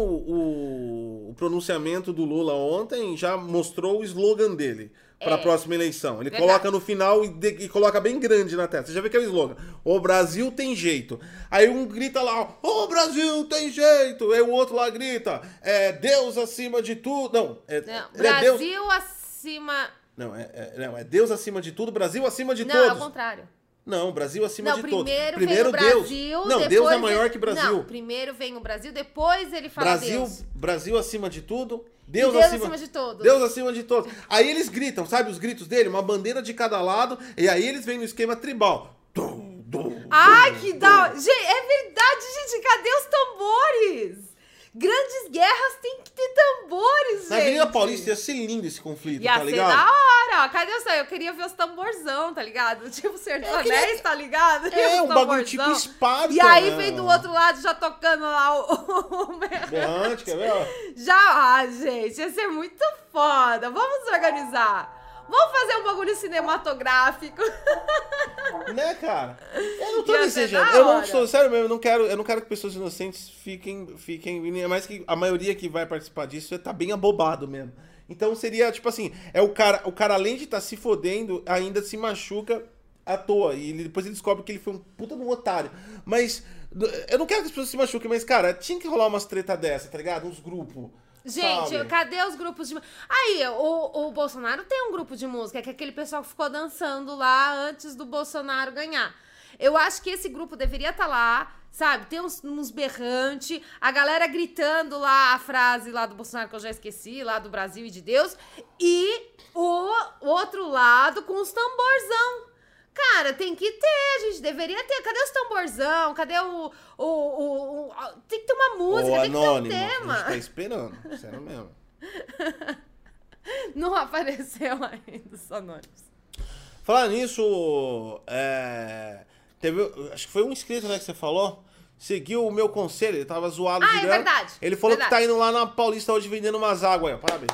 o pronunciamento do Lula ontem já mostrou o slogan dele para a próxima eleição. Ele coloca no final e coloca bem grande na testa. Você já viu que é o slogan? O Brasil tem jeito. Aí um grita lá, o Brasil tem jeito. Aí o outro lá grita, Deus acima de tudo. Não, Brasil Deus... acima... Não, é Deus acima de tudo, Brasil acima de não, todos. Não, é o contrário. Não, Brasil acima de todos. Primeiro vem o Deus. Brasil, não, Deus é maior que Brasil. Não, primeiro vem o Brasil, depois ele fala Deus. Brasil acima de tudo. Deus acima de todos. Deus acima de todos. Aí eles gritam, sabe os gritos dele? Uma bandeira de cada lado. E aí eles vêm no esquema tribal. Ai, que da hora. Gente, é verdade, gente. Cadê os tambores? Grandes guerras tem que ter tambores, gente. Na Avenida Paulista ia ser lindo esse conflito, ia tá ligado? Ia ser da hora. Cadê o Eu queria ver os tamborzão, tá ligado? Tipo o Senhor dos Anéis, tá ligado? Um bagulho tipo Esparta. E aí vem do outro lado já tocando lá o berrante, quer ver? Gente, ia ser muito foda. Vamos se organizar. Vamos fazer um bagulho cinematográfico. Né, cara? Eu não tô desejando. Eu não sou, sério mesmo, eu não quero que pessoas inocentes fiquem. É mais que a maioria que vai participar disso tá bem abobado mesmo. Então seria, tipo assim, o cara além de estar se fodendo, ainda se machuca à toa. E depois ele descobre que ele foi um puta de um otário. Mas eu não quero que as pessoas se machuquem, mas, cara, tinha que rolar umas treta dessa, tá ligado? Uns grupos. Gente, sabe? Cadê os grupos de... Aí, o Bolsonaro tem um grupo de música, que é aquele pessoal que ficou dançando lá antes do Bolsonaro ganhar. Eu acho que esse grupo deveria estar lá, sabe? Tem uns berrantes, a galera gritando lá a frase lá do Bolsonaro que eu já esqueci, lá do Brasil e de Deus, e o outro lado com os tamborzão. Cara, tem que ter, a gente deveria ter. Cadê os tamborzão? Cadê tem que ter uma música, tem que ter um tema. A gente tá esperando, sério mesmo. Não apareceu ainda os anônimos. Falar nisso, acho que foi um inscrito, né, que você falou, seguiu o meu conselho, ele tava zoado de grana. Verdade. Ele falou que tá indo lá na Paulista hoje vendendo umas águas aí, ó, parabéns.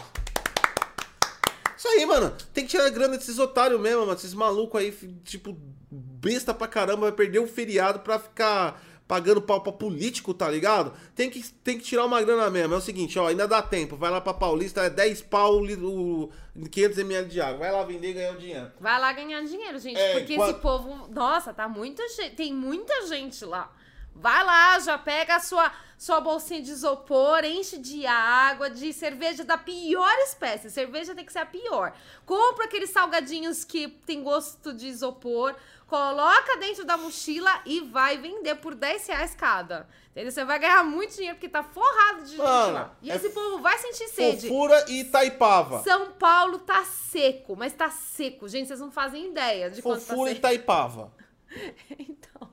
Isso aí, mano, tem que tirar a grana desses otários mesmo, mano, esses malucos aí, tipo, besta pra caramba, vai perder o feriado pra ficar pagando pau pra político, tá ligado? Tem que tirar uma grana mesmo, é o seguinte, ó, ainda dá tempo, vai lá pra Paulista, é 10 pau, 500 ml de água, vai lá vender e ganhar o dinheiro. Vai lá ganhar dinheiro, gente, porque esse povo, nossa, tem muita gente lá. Vai lá, já pega a sua bolsinha de isopor, enche de água, de cerveja da pior espécie. Cerveja tem que ser a pior. Compra aqueles salgadinhos que tem gosto de isopor, coloca dentro da mochila e vai vender por R$10 cada. Entendeu? Você vai ganhar muito dinheiro porque tá forrado de gente lá. E esse povo vai sentir sede. Fofura e Itaipava. São Paulo tá seco, mas tá seco. Gente, vocês não fazem ideia de quanto tá seco. Fofura e Itaipava. Então...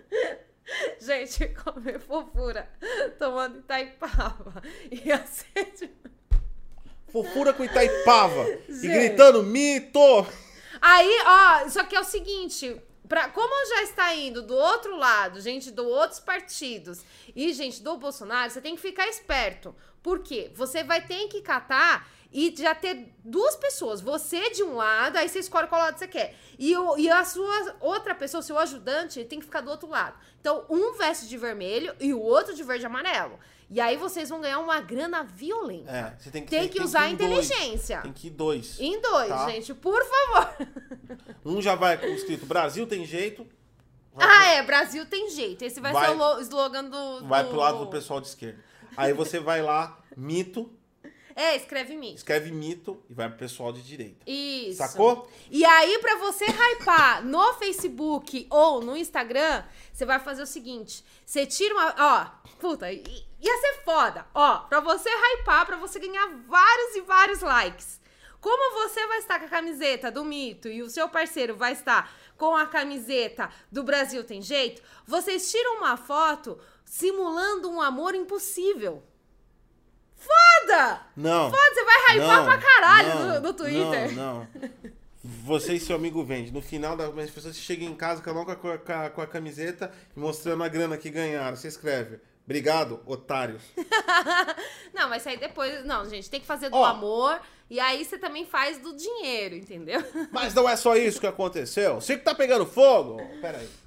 Gente, comer fofura tomando Itaipava e a sede... Fofura com Itaipava. Gente. E gritando mito. Aí, ó, só que é o seguinte, como já está indo do outro lado, gente do outros partidos e gente do Bolsonaro, você tem que ficar esperto. Por quê? Você vai ter que catar e já ter duas pessoas, você de um lado, aí você escolhe qual lado você quer. E a sua outra pessoa, seu ajudante, tem que ficar do outro lado. Então, um veste de vermelho e o outro de verde e amarelo. E aí vocês vão ganhar uma grana violenta. Você tem que usar a inteligência. Tem que ir dois. Em dois, tá? Gente, por favor. Um já vai com escrito Brasil tem jeito. Brasil tem jeito. Esse vai ser o slogan do... Vai pro lado do pessoal de esquerda. Aí você vai lá, mito. Escreve mito. Escreve mito e vai pro pessoal de direita. Isso. Sacou? E aí, pra você hypar no Facebook ou no Instagram, você vai fazer o seguinte. Você tira uma... Ia ser foda. Ó, pra você hypar, pra você ganhar vários e vários likes. Como você vai estar com a camiseta do Mito e o seu parceiro vai estar com a camiseta do Brasil Tem Jeito, vocês tiram uma foto simulando um amor impossível. Foda! Não. Foda, você vai hypar pra caralho no Twitter. Não. Você e seu amigo vende. No final das pessoas chegam em casa com a camiseta e mostrando a grana que ganharam. Você escreve: obrigado, otários. Não, mas aí depois... Não, gente, tem que fazer do amor e aí você também faz do dinheiro, entendeu? Mas não é só isso que aconteceu. O circo tá pegando fogo. Pera aí.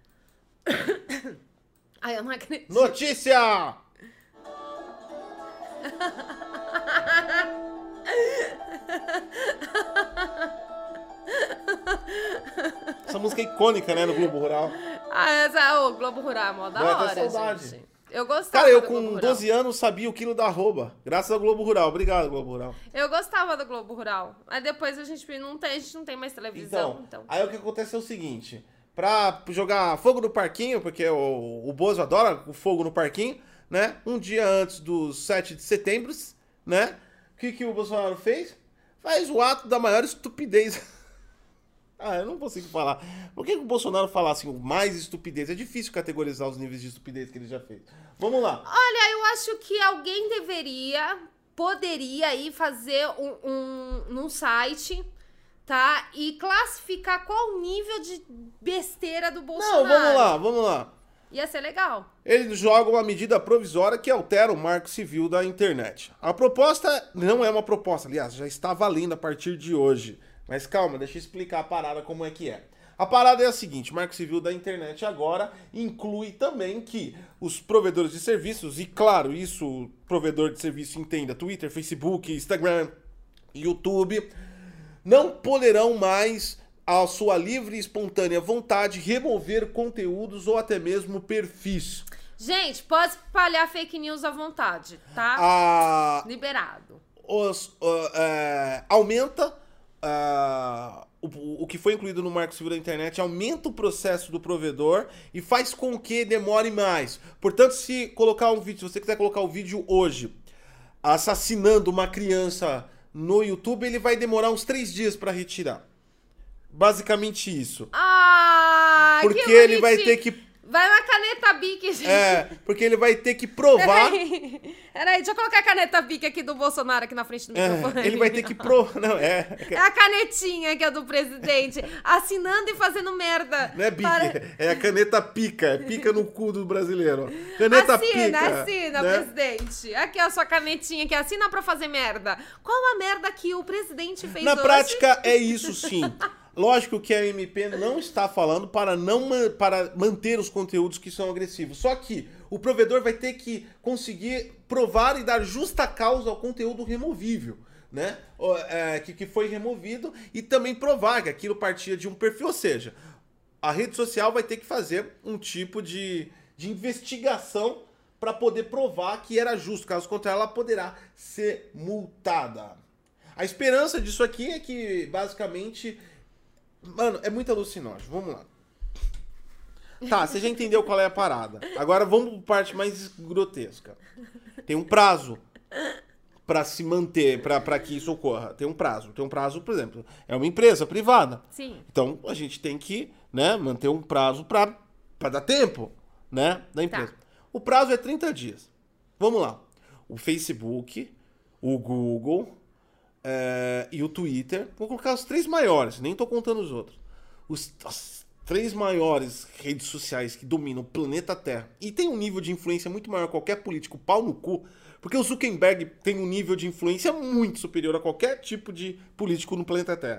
Ai, eu não acredito. Notícia! Essa música é icônica, né, no Globo Rural. O Globo Rural é mó da Dá hora, até saudade. gente. Eu gostava Cara, eu do com Globo Rural. 12 anos sabia o quilo da arroba. Graças ao Globo Rural. Obrigado, Globo Rural. Eu gostava do Globo Rural. Aí depois a gente não tem mais televisão. Então. Aí o que acontece é o seguinte. Pra jogar fogo no parquinho, porque o Bozo adora o fogo no parquinho, né? Um dia antes dos 7 de setembro, né? O que o Bolsonaro fez? Faz o ato da maior estupidez. Eu não consigo falar. Por que o Bolsonaro fala assim, mais estupidez? É difícil categorizar os níveis de estupidez que ele já fez. Vamos lá. Olha, eu acho que alguém poderia aí fazer num site, tá? E classificar qual o nível de besteira do Bolsonaro. Não, vamos lá. Ia ser legal. Ele joga uma medida provisória que altera o marco civil da internet. A proposta não é uma proposta, aliás, já está valendo a partir de hoje. Mas calma, deixa eu explicar a parada como é que é. A parada é a seguinte, o Marco Civil da Internet agora inclui também que os provedores de serviços, e claro, isso o provedor de serviço entenda, Twitter, Facebook, Instagram, YouTube, não poderão mais, à sua livre e espontânea vontade, remover conteúdos ou até mesmo perfis. Gente, pode espalhar fake news à vontade, tá? Liberado. Aumenta... o que foi incluído no Marco Civil da Internet aumenta o processo do provedor e faz com que demore mais. Portanto, se você quiser colocar o vídeo hoje assassinando uma criança no YouTube, ele vai demorar uns 3 dias para retirar. Basicamente isso. Porque que ele vai ter que... Vai na caneta Bic, gente. Porque ele vai ter que provar... Peraí, deixa eu colocar a caneta Bic aqui do Bolsonaro aqui na frente do microfone. Ele vai ter que provar... Não, É a canetinha que é do presidente, assinando e fazendo merda. Não é Bic, é a caneta pica. É pica no cu do brasileiro. Caneta pica. Assina, né? Presidente. Aqui a sua canetinha que assina pra fazer merda. Qual a merda que o presidente fez Na prática, é isso sim. Lógico que a MP não está falando para manter os conteúdos que são agressivos. Só que o provedor vai ter que conseguir provar e dar justa causa ao conteúdo removível, né? Que foi removido e também provar que aquilo partia de um perfil. Ou seja, a rede social vai ter que fazer um tipo de investigação para poder provar que era justo. Caso contrário, ela poderá ser multada. A esperança disso aqui é que, basicamente... Mano, é muito alucinógeno. Vamos lá. Tá, você já entendeu qual é a parada. Agora vamos para a parte mais grotesca. Tem um prazo para se manter, para que isso ocorra. Tem um prazo, por exemplo, é uma empresa privada. Sim. Então a gente tem que, né, manter um prazo para dar tempo, né, da empresa. Tá. O prazo é 30 dias. Vamos lá. O Facebook, o Google... e o Twitter, vou colocar os 3 maiores, nem tô contando os outros. As 3 maiores redes sociais que dominam o planeta Terra e tem um nível de influência muito maior que qualquer político pau no cu, porque o Zuckerberg tem um nível de influência muito superior a qualquer tipo de político no planeta Terra.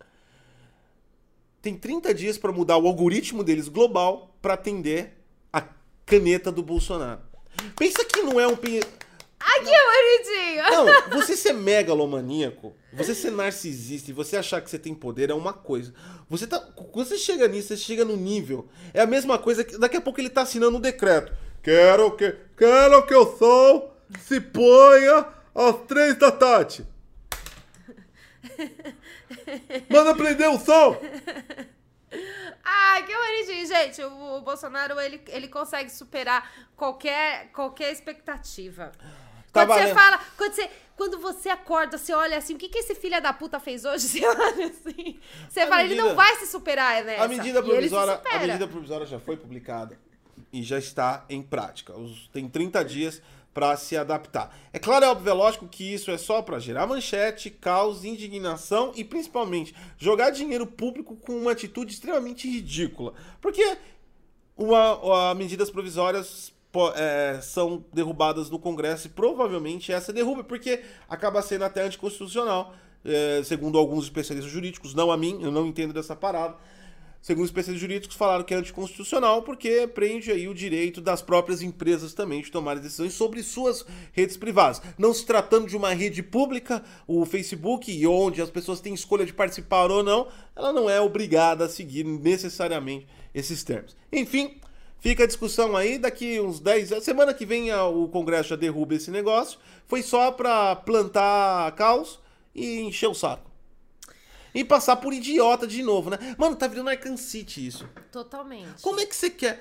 Tem 30 dias para mudar o algoritmo deles global para atender a caneta do Bolsonaro. Pensa que não é um... Ai, que bonitinho! Não, você ser megalomaníaco, você ser narcisista e você achar que você tem poder é uma coisa. Quando você chega nisso, você chega no nível. É a mesma coisa que daqui a pouco ele tá assinando um decreto. Quero que o sol se ponha às 3 da tarde. Manda prender o sol! Ai, que bonitinho, gente. O Bolsonaro, ele consegue superar qualquer expectativa. Tá Quando você valendo. fala, quando você acorda, você olha assim, o que esse filho da puta fez hoje? Você olha assim, você A fala, ele medida- não vai se superar nessa. A medida E ele se provisória, supera. já foi publicada e já está em prática. Tem 30 dias para se adaptar. É claro, é óbvio, é lógico que isso é só para gerar manchete, caos, indignação e principalmente jogar dinheiro público com uma atitude extremamente ridícula. Porque medidas provisórias são derrubadas no Congresso e provavelmente essa derruba, porque acaba sendo até anticonstitucional, segundo alguns especialistas jurídicos, não a mim, eu não entendo dessa parada. Segundo especialistas jurídicos, falaram que é anticonstitucional porque prende aí o direito das próprias empresas também de tomar decisões sobre suas redes privadas. Não se tratando de uma rede pública, o Facebook, onde as pessoas têm escolha de participar ou não, ela não é obrigada a seguir necessariamente esses termos. Enfim, fica a discussão aí, daqui uns 10 anos, semana que vem o Congresso já derruba esse negócio, foi só pra plantar caos e encher o saco. E passar por idiota de novo, né? Mano, tá virando Arkham City isso. Totalmente. Como é que você quer...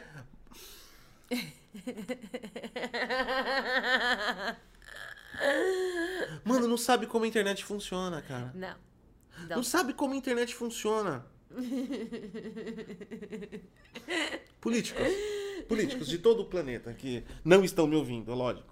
Mano, não sabe como a internet funciona, cara. Não. Não sabe como a internet funciona. Políticos de todo o planeta que não estão me ouvindo, é lógico.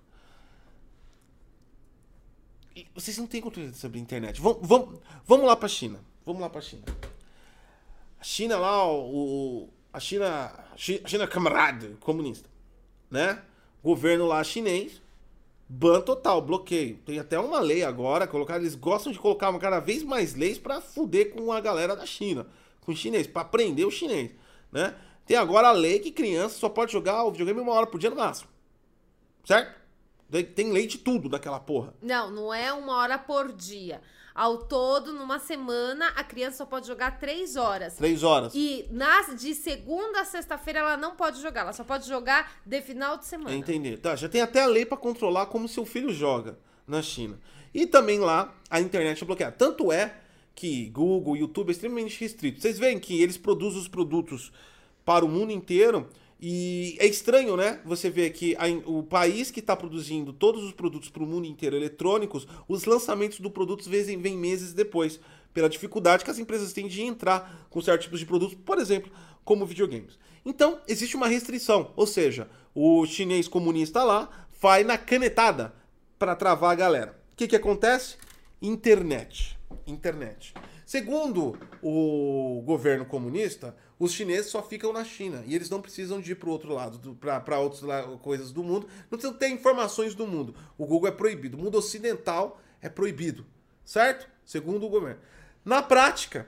E vocês não têm controle sobre a internet. Vamos lá pra China. Vamos lá pra China. A China lá, a China camarada comunista, né? Governo lá chinês, ban total, bloqueio. Tem até uma lei agora, eles gostam de colocar cada vez mais leis pra fuder com a galera da China, com o chinês, pra prender o chinês, né? Tem agora a lei que criança só pode jogar o videogame 1 hora por dia no máximo, certo? Tem lei de tudo daquela porra. Não é 1 hora por dia. Ao todo, numa semana, a criança só pode jogar 3 horas. 3 horas. E de segunda a sexta-feira ela não pode jogar. Ela só pode jogar de final de semana. Entendi. Tá, já tem até a lei pra controlar como seu filho joga na China. E também lá a internet é bloqueada. Tanto é que Google, YouTube é extremamente restrito. Vocês veem que eles produzem os produtos para o mundo inteiro. E é estranho, né? Você vê que o país que está produzindo todos os produtos para o mundo inteiro eletrônicos, os lançamentos do produto vêm meses depois, pela dificuldade que as empresas têm de entrar com certos tipos de produtos, por exemplo, como videogames. Então, existe uma restrição, ou seja, o chinês comunista lá vai na canetada para travar a galera. O que acontece? Internet. Segundo o governo comunista, os chineses só ficam na China e eles não precisam de ir para o outro lado, para outras coisas do mundo, não precisam ter informações do mundo. O Google é proibido, o mundo ocidental é proibido, certo? Segundo o governo. Na prática,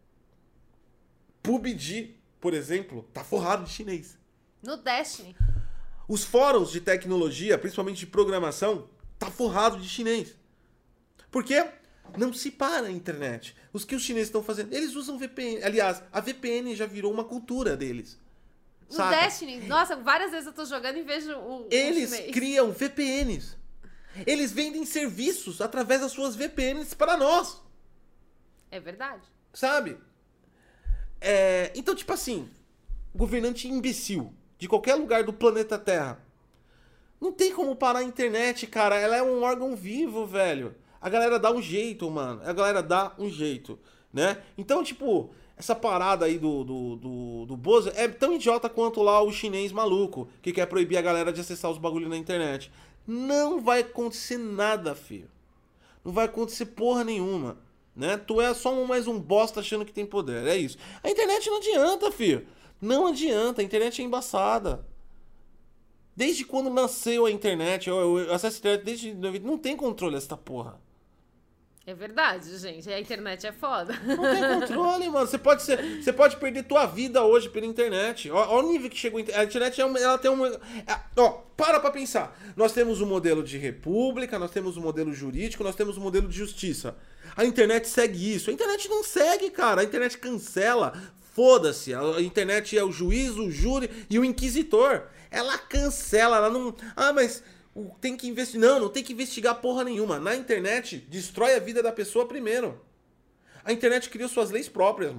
PUBG, por exemplo, tá forrado de chinês. No Destiny. Os fóruns de tecnologia, principalmente de programação, tá forrado de chinês. Por quê? Não se para a internet. Os que os chineses estão fazendo? Eles usam VPN. Aliás, a VPN já virou uma cultura deles. No Saca? Destiny, nossa, várias vezes eu tô jogando e vejo Eles chinês. criam VPNs. Eles vendem serviços através das suas VPNs para nós. É verdade. Sabe? Então, tipo assim, governante imbecil de qualquer lugar do planeta Terra. Não tem como parar a internet, cara. Ela é um órgão vivo, velho. A galera dá um jeito, mano. A galera dá um jeito, né? Então, tipo, essa parada aí do Bozo é tão idiota quanto lá o chinês maluco que quer proibir a galera de acessar os bagulhos na internet. Não vai acontecer nada, filho. Não vai acontecer porra nenhuma, né? Tu é só mais um bosta achando que tem poder, é isso. A internet não adianta, filho. Não adianta, a internet é embaçada. Desde quando nasceu a internet, eu acesso a internet desde... Não tem controle essa porra. É verdade, gente. A internet é foda. Não tem controle, mano. Você pode perder tua vida hoje pela internet. Olha o nível que chegou. A internet ela tem uma... para pra pensar. Nós temos um modelo de república, nós temos um modelo jurídico, nós temos um modelo de justiça. A internet segue isso. A internet não segue, cara. A internet cancela. Foda-se. A internet é o juiz, o júri e o inquisitor. Ela cancela, ela não... mas tem que investigar... Não tem que investigar porra nenhuma. Na internet, destrói a vida da pessoa primeiro. A internet criou suas leis próprias, mano.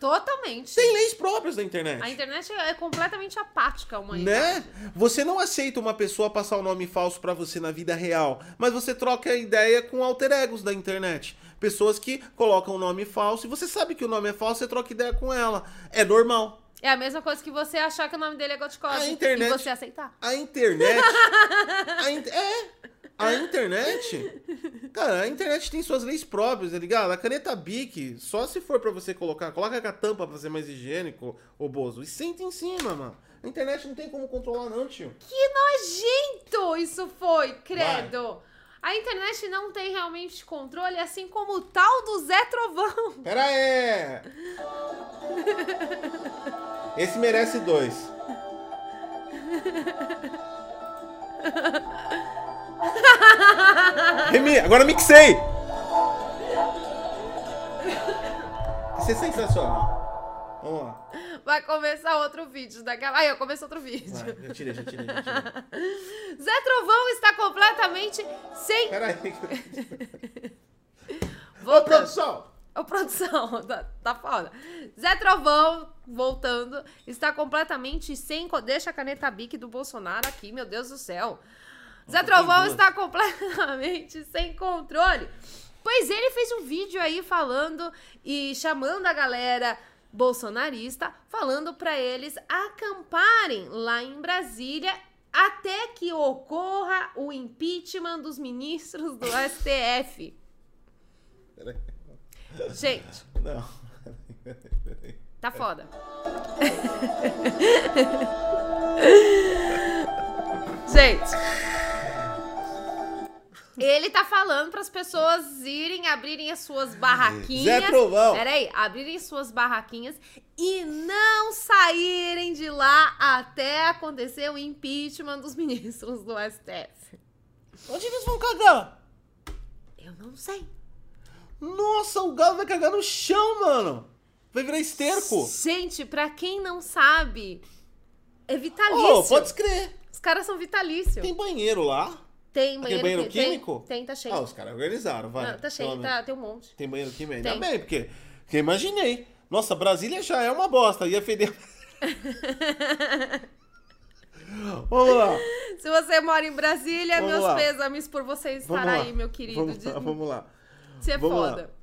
Totalmente. Tem leis próprias da internet. A internet é completamente apática, a humanidade. Né? Você não aceita uma pessoa passar um nome falso pra você na vida real, mas você troca a ideia com alter egos da internet. Pessoas que colocam um nome falso e você sabe que o nome é falso, você troca ideia com ela. É normal. É a mesma coisa que você achar que o nome dele é Goticose A internet- e você aceitar. A internet... A internet... Cara, a internet tem suas leis próprias, tá ligado? A caneta Bic, só se for pra você coloca com a tampa pra ser mais higiênico, ô Bozo, e senta em cima, mano. A internet não tem como controlar não, tio. Que nojento isso foi, credo. A internet não tem realmente controle, assim como o tal do Zé Trovão. Pera aí! Esse merece 2. Remi, agora mixei! Isso é sensacional. Vamos lá. Vai começar outro vídeo daquela... Aí, começou outro vídeo. Vai, já tirei. Zé Trovão está completamente sem... Pera aí. Ô, Voltando. produção! Ô, produção, tá foda. Zé Trovão, voltando, está completamente sem... Deixa a caneta Bic do Bolsonaro aqui, meu Deus do céu. Zé Trovão está completamente sem controle. Pois ele fez um vídeo aí falando e chamando a galera bolsonarista, falando pra eles acamparem lá em Brasília até que ocorra o impeachment dos ministros do STF. Peraí. Gente, Não. Peraí. tá foda. Gente, ele tá falando pras pessoas abrirem as suas barraquinhas. Zé Trovão. Peraí, abrirem suas barraquinhas e não saírem de lá até acontecer o impeachment dos ministros do STF. Onde eles vão cagar? Eu não sei. Nossa, o galo vai cagar no chão, mano. Vai virar esterco. Gente, pra quem não sabe, é vitalício. Oh, pode escrever. Os caras são vitalícios. Tem banheiro lá? Tem Aquele banheiro tem- químico? Tem, tá cheio. Ah, os caras organizaram, vai. Não, tá cheio, Pelo menos. tem um monte. Tem banheiro químico? Ainda Tem. bem, porque imaginei. Nossa, Brasília já é uma bosta. Ia feder. Vamos lá. Se você mora em Brasília, Vamos meus lá. pêsames por você estar Vamos lá. aí, meu querido. Vamos lá. Você é vamos lá. foda.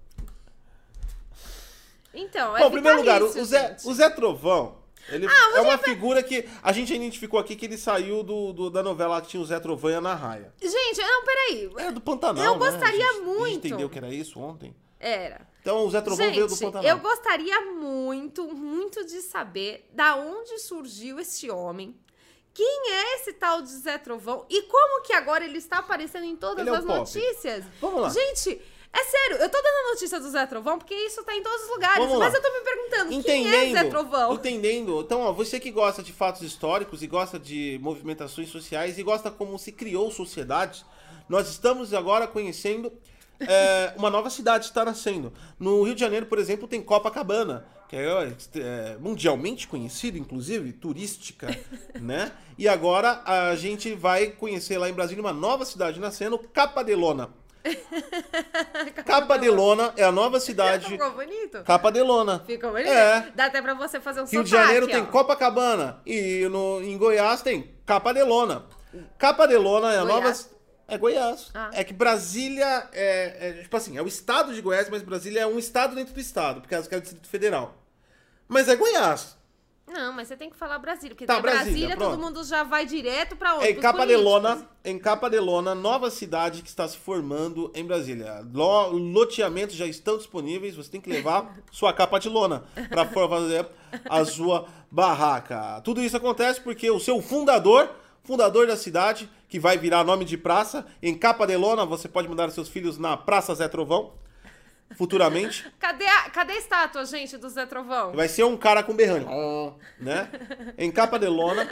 Então, Bom, em primeiro lugar, vitalício, gente. o Zé Trovão, ele é uma figura que a gente identificou aqui que ele saiu da novela lá que tinha o Zé Trovão e a Ana Raia. Gente, não, peraí. Era do Pantanal, Eu né? gostaria A gente muito. entendeu que era isso ontem? Era. Então o Zé Trovão veio do Gente, Pantanal. eu gostaria muito, muito de saber da onde surgiu este homem. Quem é esse tal de Zé Trovão? E como que agora ele está aparecendo em todas Ele é o as pop. notícias? Vando lá. Gente, é sério, eu tô dando a notícia do Zé Trovão porque isso tá em todos os lugares. Vamos lá. Mas eu tô me perguntando, quem é Zé Trovão? Entendendo. Então, ó, você que gosta de fatos históricos e gosta de movimentações sociais e gosta como se criou sociedade, nós estamos agora conhecendo uma nova cidade que está nascendo. No Rio de Janeiro, por exemplo, tem Copacabana, que é mundialmente conhecida, inclusive, turística, né? E agora a gente vai conhecer lá em Brasília uma nova cidade nascendo, Capadelona. Capadelona é a nova cidade. Ficou bonito? Capadelona. Ficou bonito? É. Dá até pra você fazer um Rio de sotaque, Janeiro ó. tem Copacabana e em Goiás tem Capadelona. Capadelona é a nova... Goiás? É Goiás. Ah. É que Brasília tipo assim, é o estado de Goiás, mas Brasília é um estado dentro do estado, porque é o Distrito Federal. Mas é Goiás. Não, mas você tem que falar Brasília, porque Tá, da Brasília Brasília, todo pronto. mundo já vai direto pra onde? Em Pros Capadelona, políticos. nova cidade que está se formando em Brasília. Loteamentos já estão disponíveis, você tem que levar sua capa de lona para fazer a sua barraca. Tudo isso acontece porque o seu fundador da cidade, que vai virar nome de praça, em Capadelona, você pode mandar seus filhos na Praça Zé Trovão, futuramente. Cadê a estátua, gente, do Zé Trovão? Vai ser um cara com berrante, né? Em Capadelona.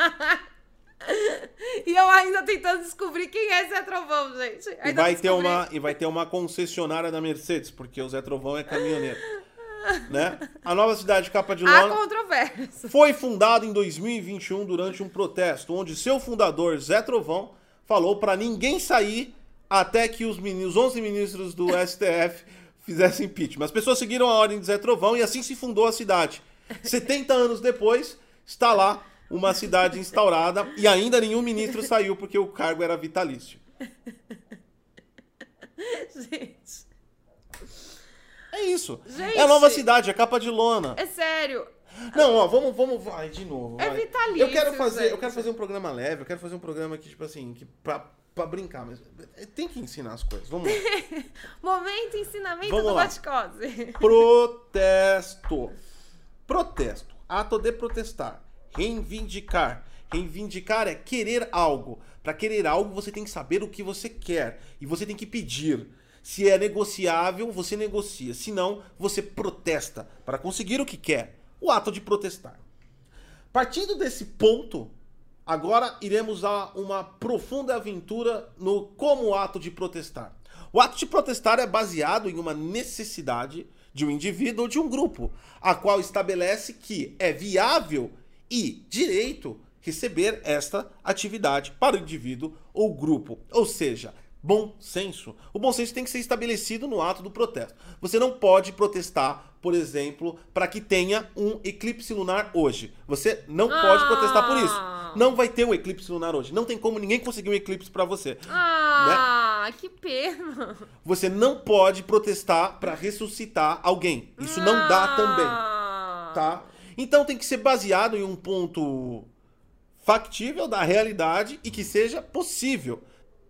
E eu ainda tentando descobrir quem é Zé Trovão, gente. E Ainda vai ter uma concessionária da Mercedes, porque o Zé Trovão é caminhoneiro. Né? A nova cidade de Há Capadelona controvérsia. foi fundada em 2021 durante um protesto, onde seu fundador, Zé Trovão, falou para ninguém sair até que os 11 ministros do STF fizesse impeachment. As pessoas seguiram a ordem de Zé Trovão e assim se fundou a cidade. 70 anos depois, está lá uma cidade instaurada e ainda nenhum ministro saiu porque o cargo era vitalício. Gente. É isso. Gente. É a nova cidade, é capa de lona. É sério. Não, ó, vamos, vai, de novo. É vai. vitalício, eu quero gente. fazer um programa leve, eu quero fazer um programa que, tipo assim, que pra brincar, mas tem que ensinar as coisas. Vamos lá. Momento ensinamento Vamos do lá. Laticose. Protesto. Protesto. Ato de protestar. Reivindicar. Reivindicar é querer algo. Para querer algo, você tem que saber o que você quer. E você tem que pedir. Se é negociável, você negocia. Se não, você protesta para conseguir o que quer. O ato de protestar. Partindo desse ponto, agora iremos a uma profunda aventura no como ato de protestar. O ato de protestar é baseado em uma necessidade de um indivíduo ou de um grupo, a qual estabelece que é viável e direito receber esta atividade para o indivíduo ou grupo. Ou seja, bom senso. O bom senso tem que ser estabelecido no ato do protesto. Você não pode protestar, por exemplo, para que tenha um eclipse lunar hoje. Você não pode protestar por isso. Não vai ter um eclipse lunar hoje. Não tem como ninguém conseguir um eclipse para você. Né? Que pena. Você não pode protestar para ressuscitar alguém. Isso não dá também, tá? Então tem que ser baseado em um ponto factível da realidade e que seja possível.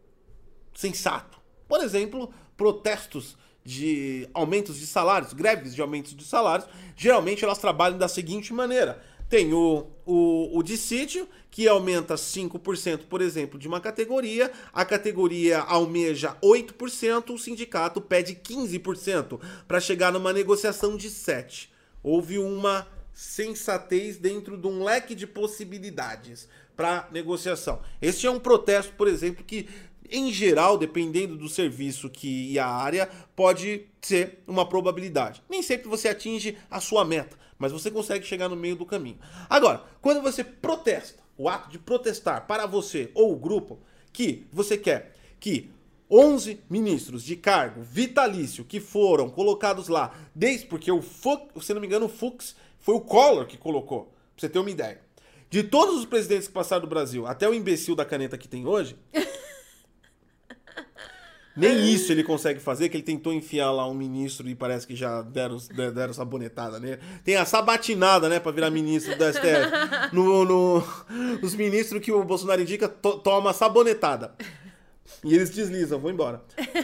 Sensato. Por exemplo, protestos de aumentos de salários, greves de aumentos de salários, geralmente elas trabalham da seguinte maneira. Tem o dissídio, que aumenta 5%, por exemplo, de uma categoria, a categoria almeja 8%, o sindicato pede 15% para chegar numa negociação de 7%. Houve uma sensatez dentro de um leque de possibilidades para negociação. Este é um protesto, por exemplo, que em geral, dependendo do serviço e a área, pode ser uma probabilidade. Nem sempre você atinge a sua meta, mas você consegue chegar no meio do caminho. Agora, quando você protesta, o ato de protestar para você ou o grupo, que você quer que 11 ministros de cargo vitalício que foram colocados lá, desde porque se não me engano, o Fux foi o Collor que colocou, pra você ter uma ideia. De todos os presidentes que passaram do Brasil, até o imbecil da caneta que tem hoje... Nem isso ele consegue fazer, que ele tentou enfiar lá um ministro e parece que já deram sabonetada nele. Tem a sabatinada, né, pra virar ministro do STF. Os ministros que o Bolsonaro indica toma sabonetada. E eles deslizam, vão embora.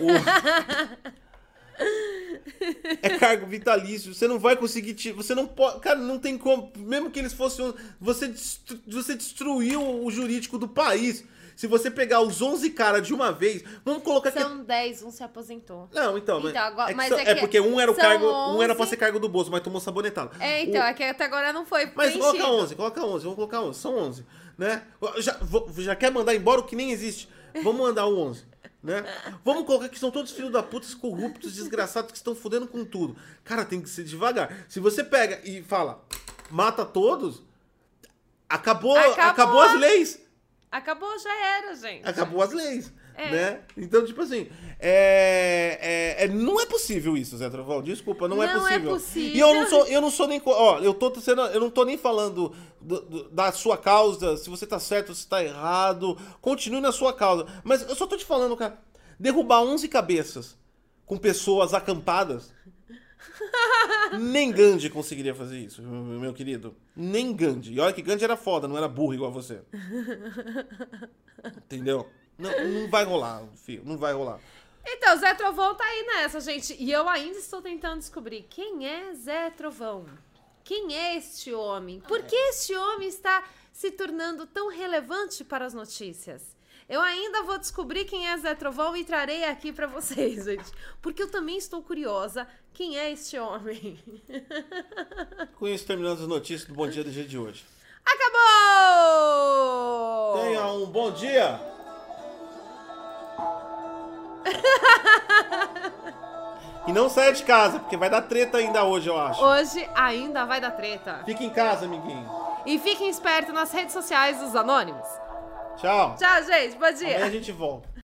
É cargo vitalício, você não vai conseguir... Você não pode... Cara, não tem como... Mesmo que eles fossem... Você destruiu o jurídico do país. Se você pegar os 11 caras de uma vez, vamos colocar que... São 10, um se aposentou. Não, então, agora, porque um era o cargo, 11... um era pra ser cargo do Bozo, mas tomou sabonetada. É, então, é que até agora não foi Mas preenchido. coloca 11, vamos colocar 11, são 11, né? Já quer mandar embora o que nem existe. Vamos mandar o 11, né? Vamos colocar que são todos filhos da puta, corruptos, desgraçados, que estão fudendo com tudo. Cara, tem que ser devagar. Se você pega e fala, mata todos, acabou as leis. Acabou, já era, gente. Acabou as leis, É. né? Então, tipo assim, não é possível isso, Zé Trovão. Desculpa, não é possível. Não é possível. E eu não sou nem... Ó, eu não tô nem falando da sua causa, se você tá certo, se tá errado. Continue na sua causa. Mas eu só tô te falando, cara, derrubar 11 cabeças com pessoas acampadas... Nem Gandhi conseguiria fazer isso, meu querido. Nem Gandhi. E olha que Gandhi era foda, não era burro igual você. Entendeu? Não vai rolar, filho. Não vai rolar. Então, Zé Trovão tá aí nessa, gente. E eu ainda estou tentando descobrir quem é Zé Trovão. Quem é este homem? Por que este homem está se tornando tão relevante para as notícias? Eu ainda vou descobrir quem é Zé Trovão e trarei aqui pra vocês, gente. Porque eu também estou curiosa. Quem é este homem? Com isso, terminamos as notícias do Bom Dia do dia de hoje. Acabou! Tenha um bom dia! E não saia de casa, porque vai dar treta ainda hoje, eu acho. Hoje ainda vai dar treta. Fique em casa, amiguinho. E fiquem espertos nas redes sociais dos Anônimos. Tchau. Tchau, gente. Bom dia. Amanhã a gente volta.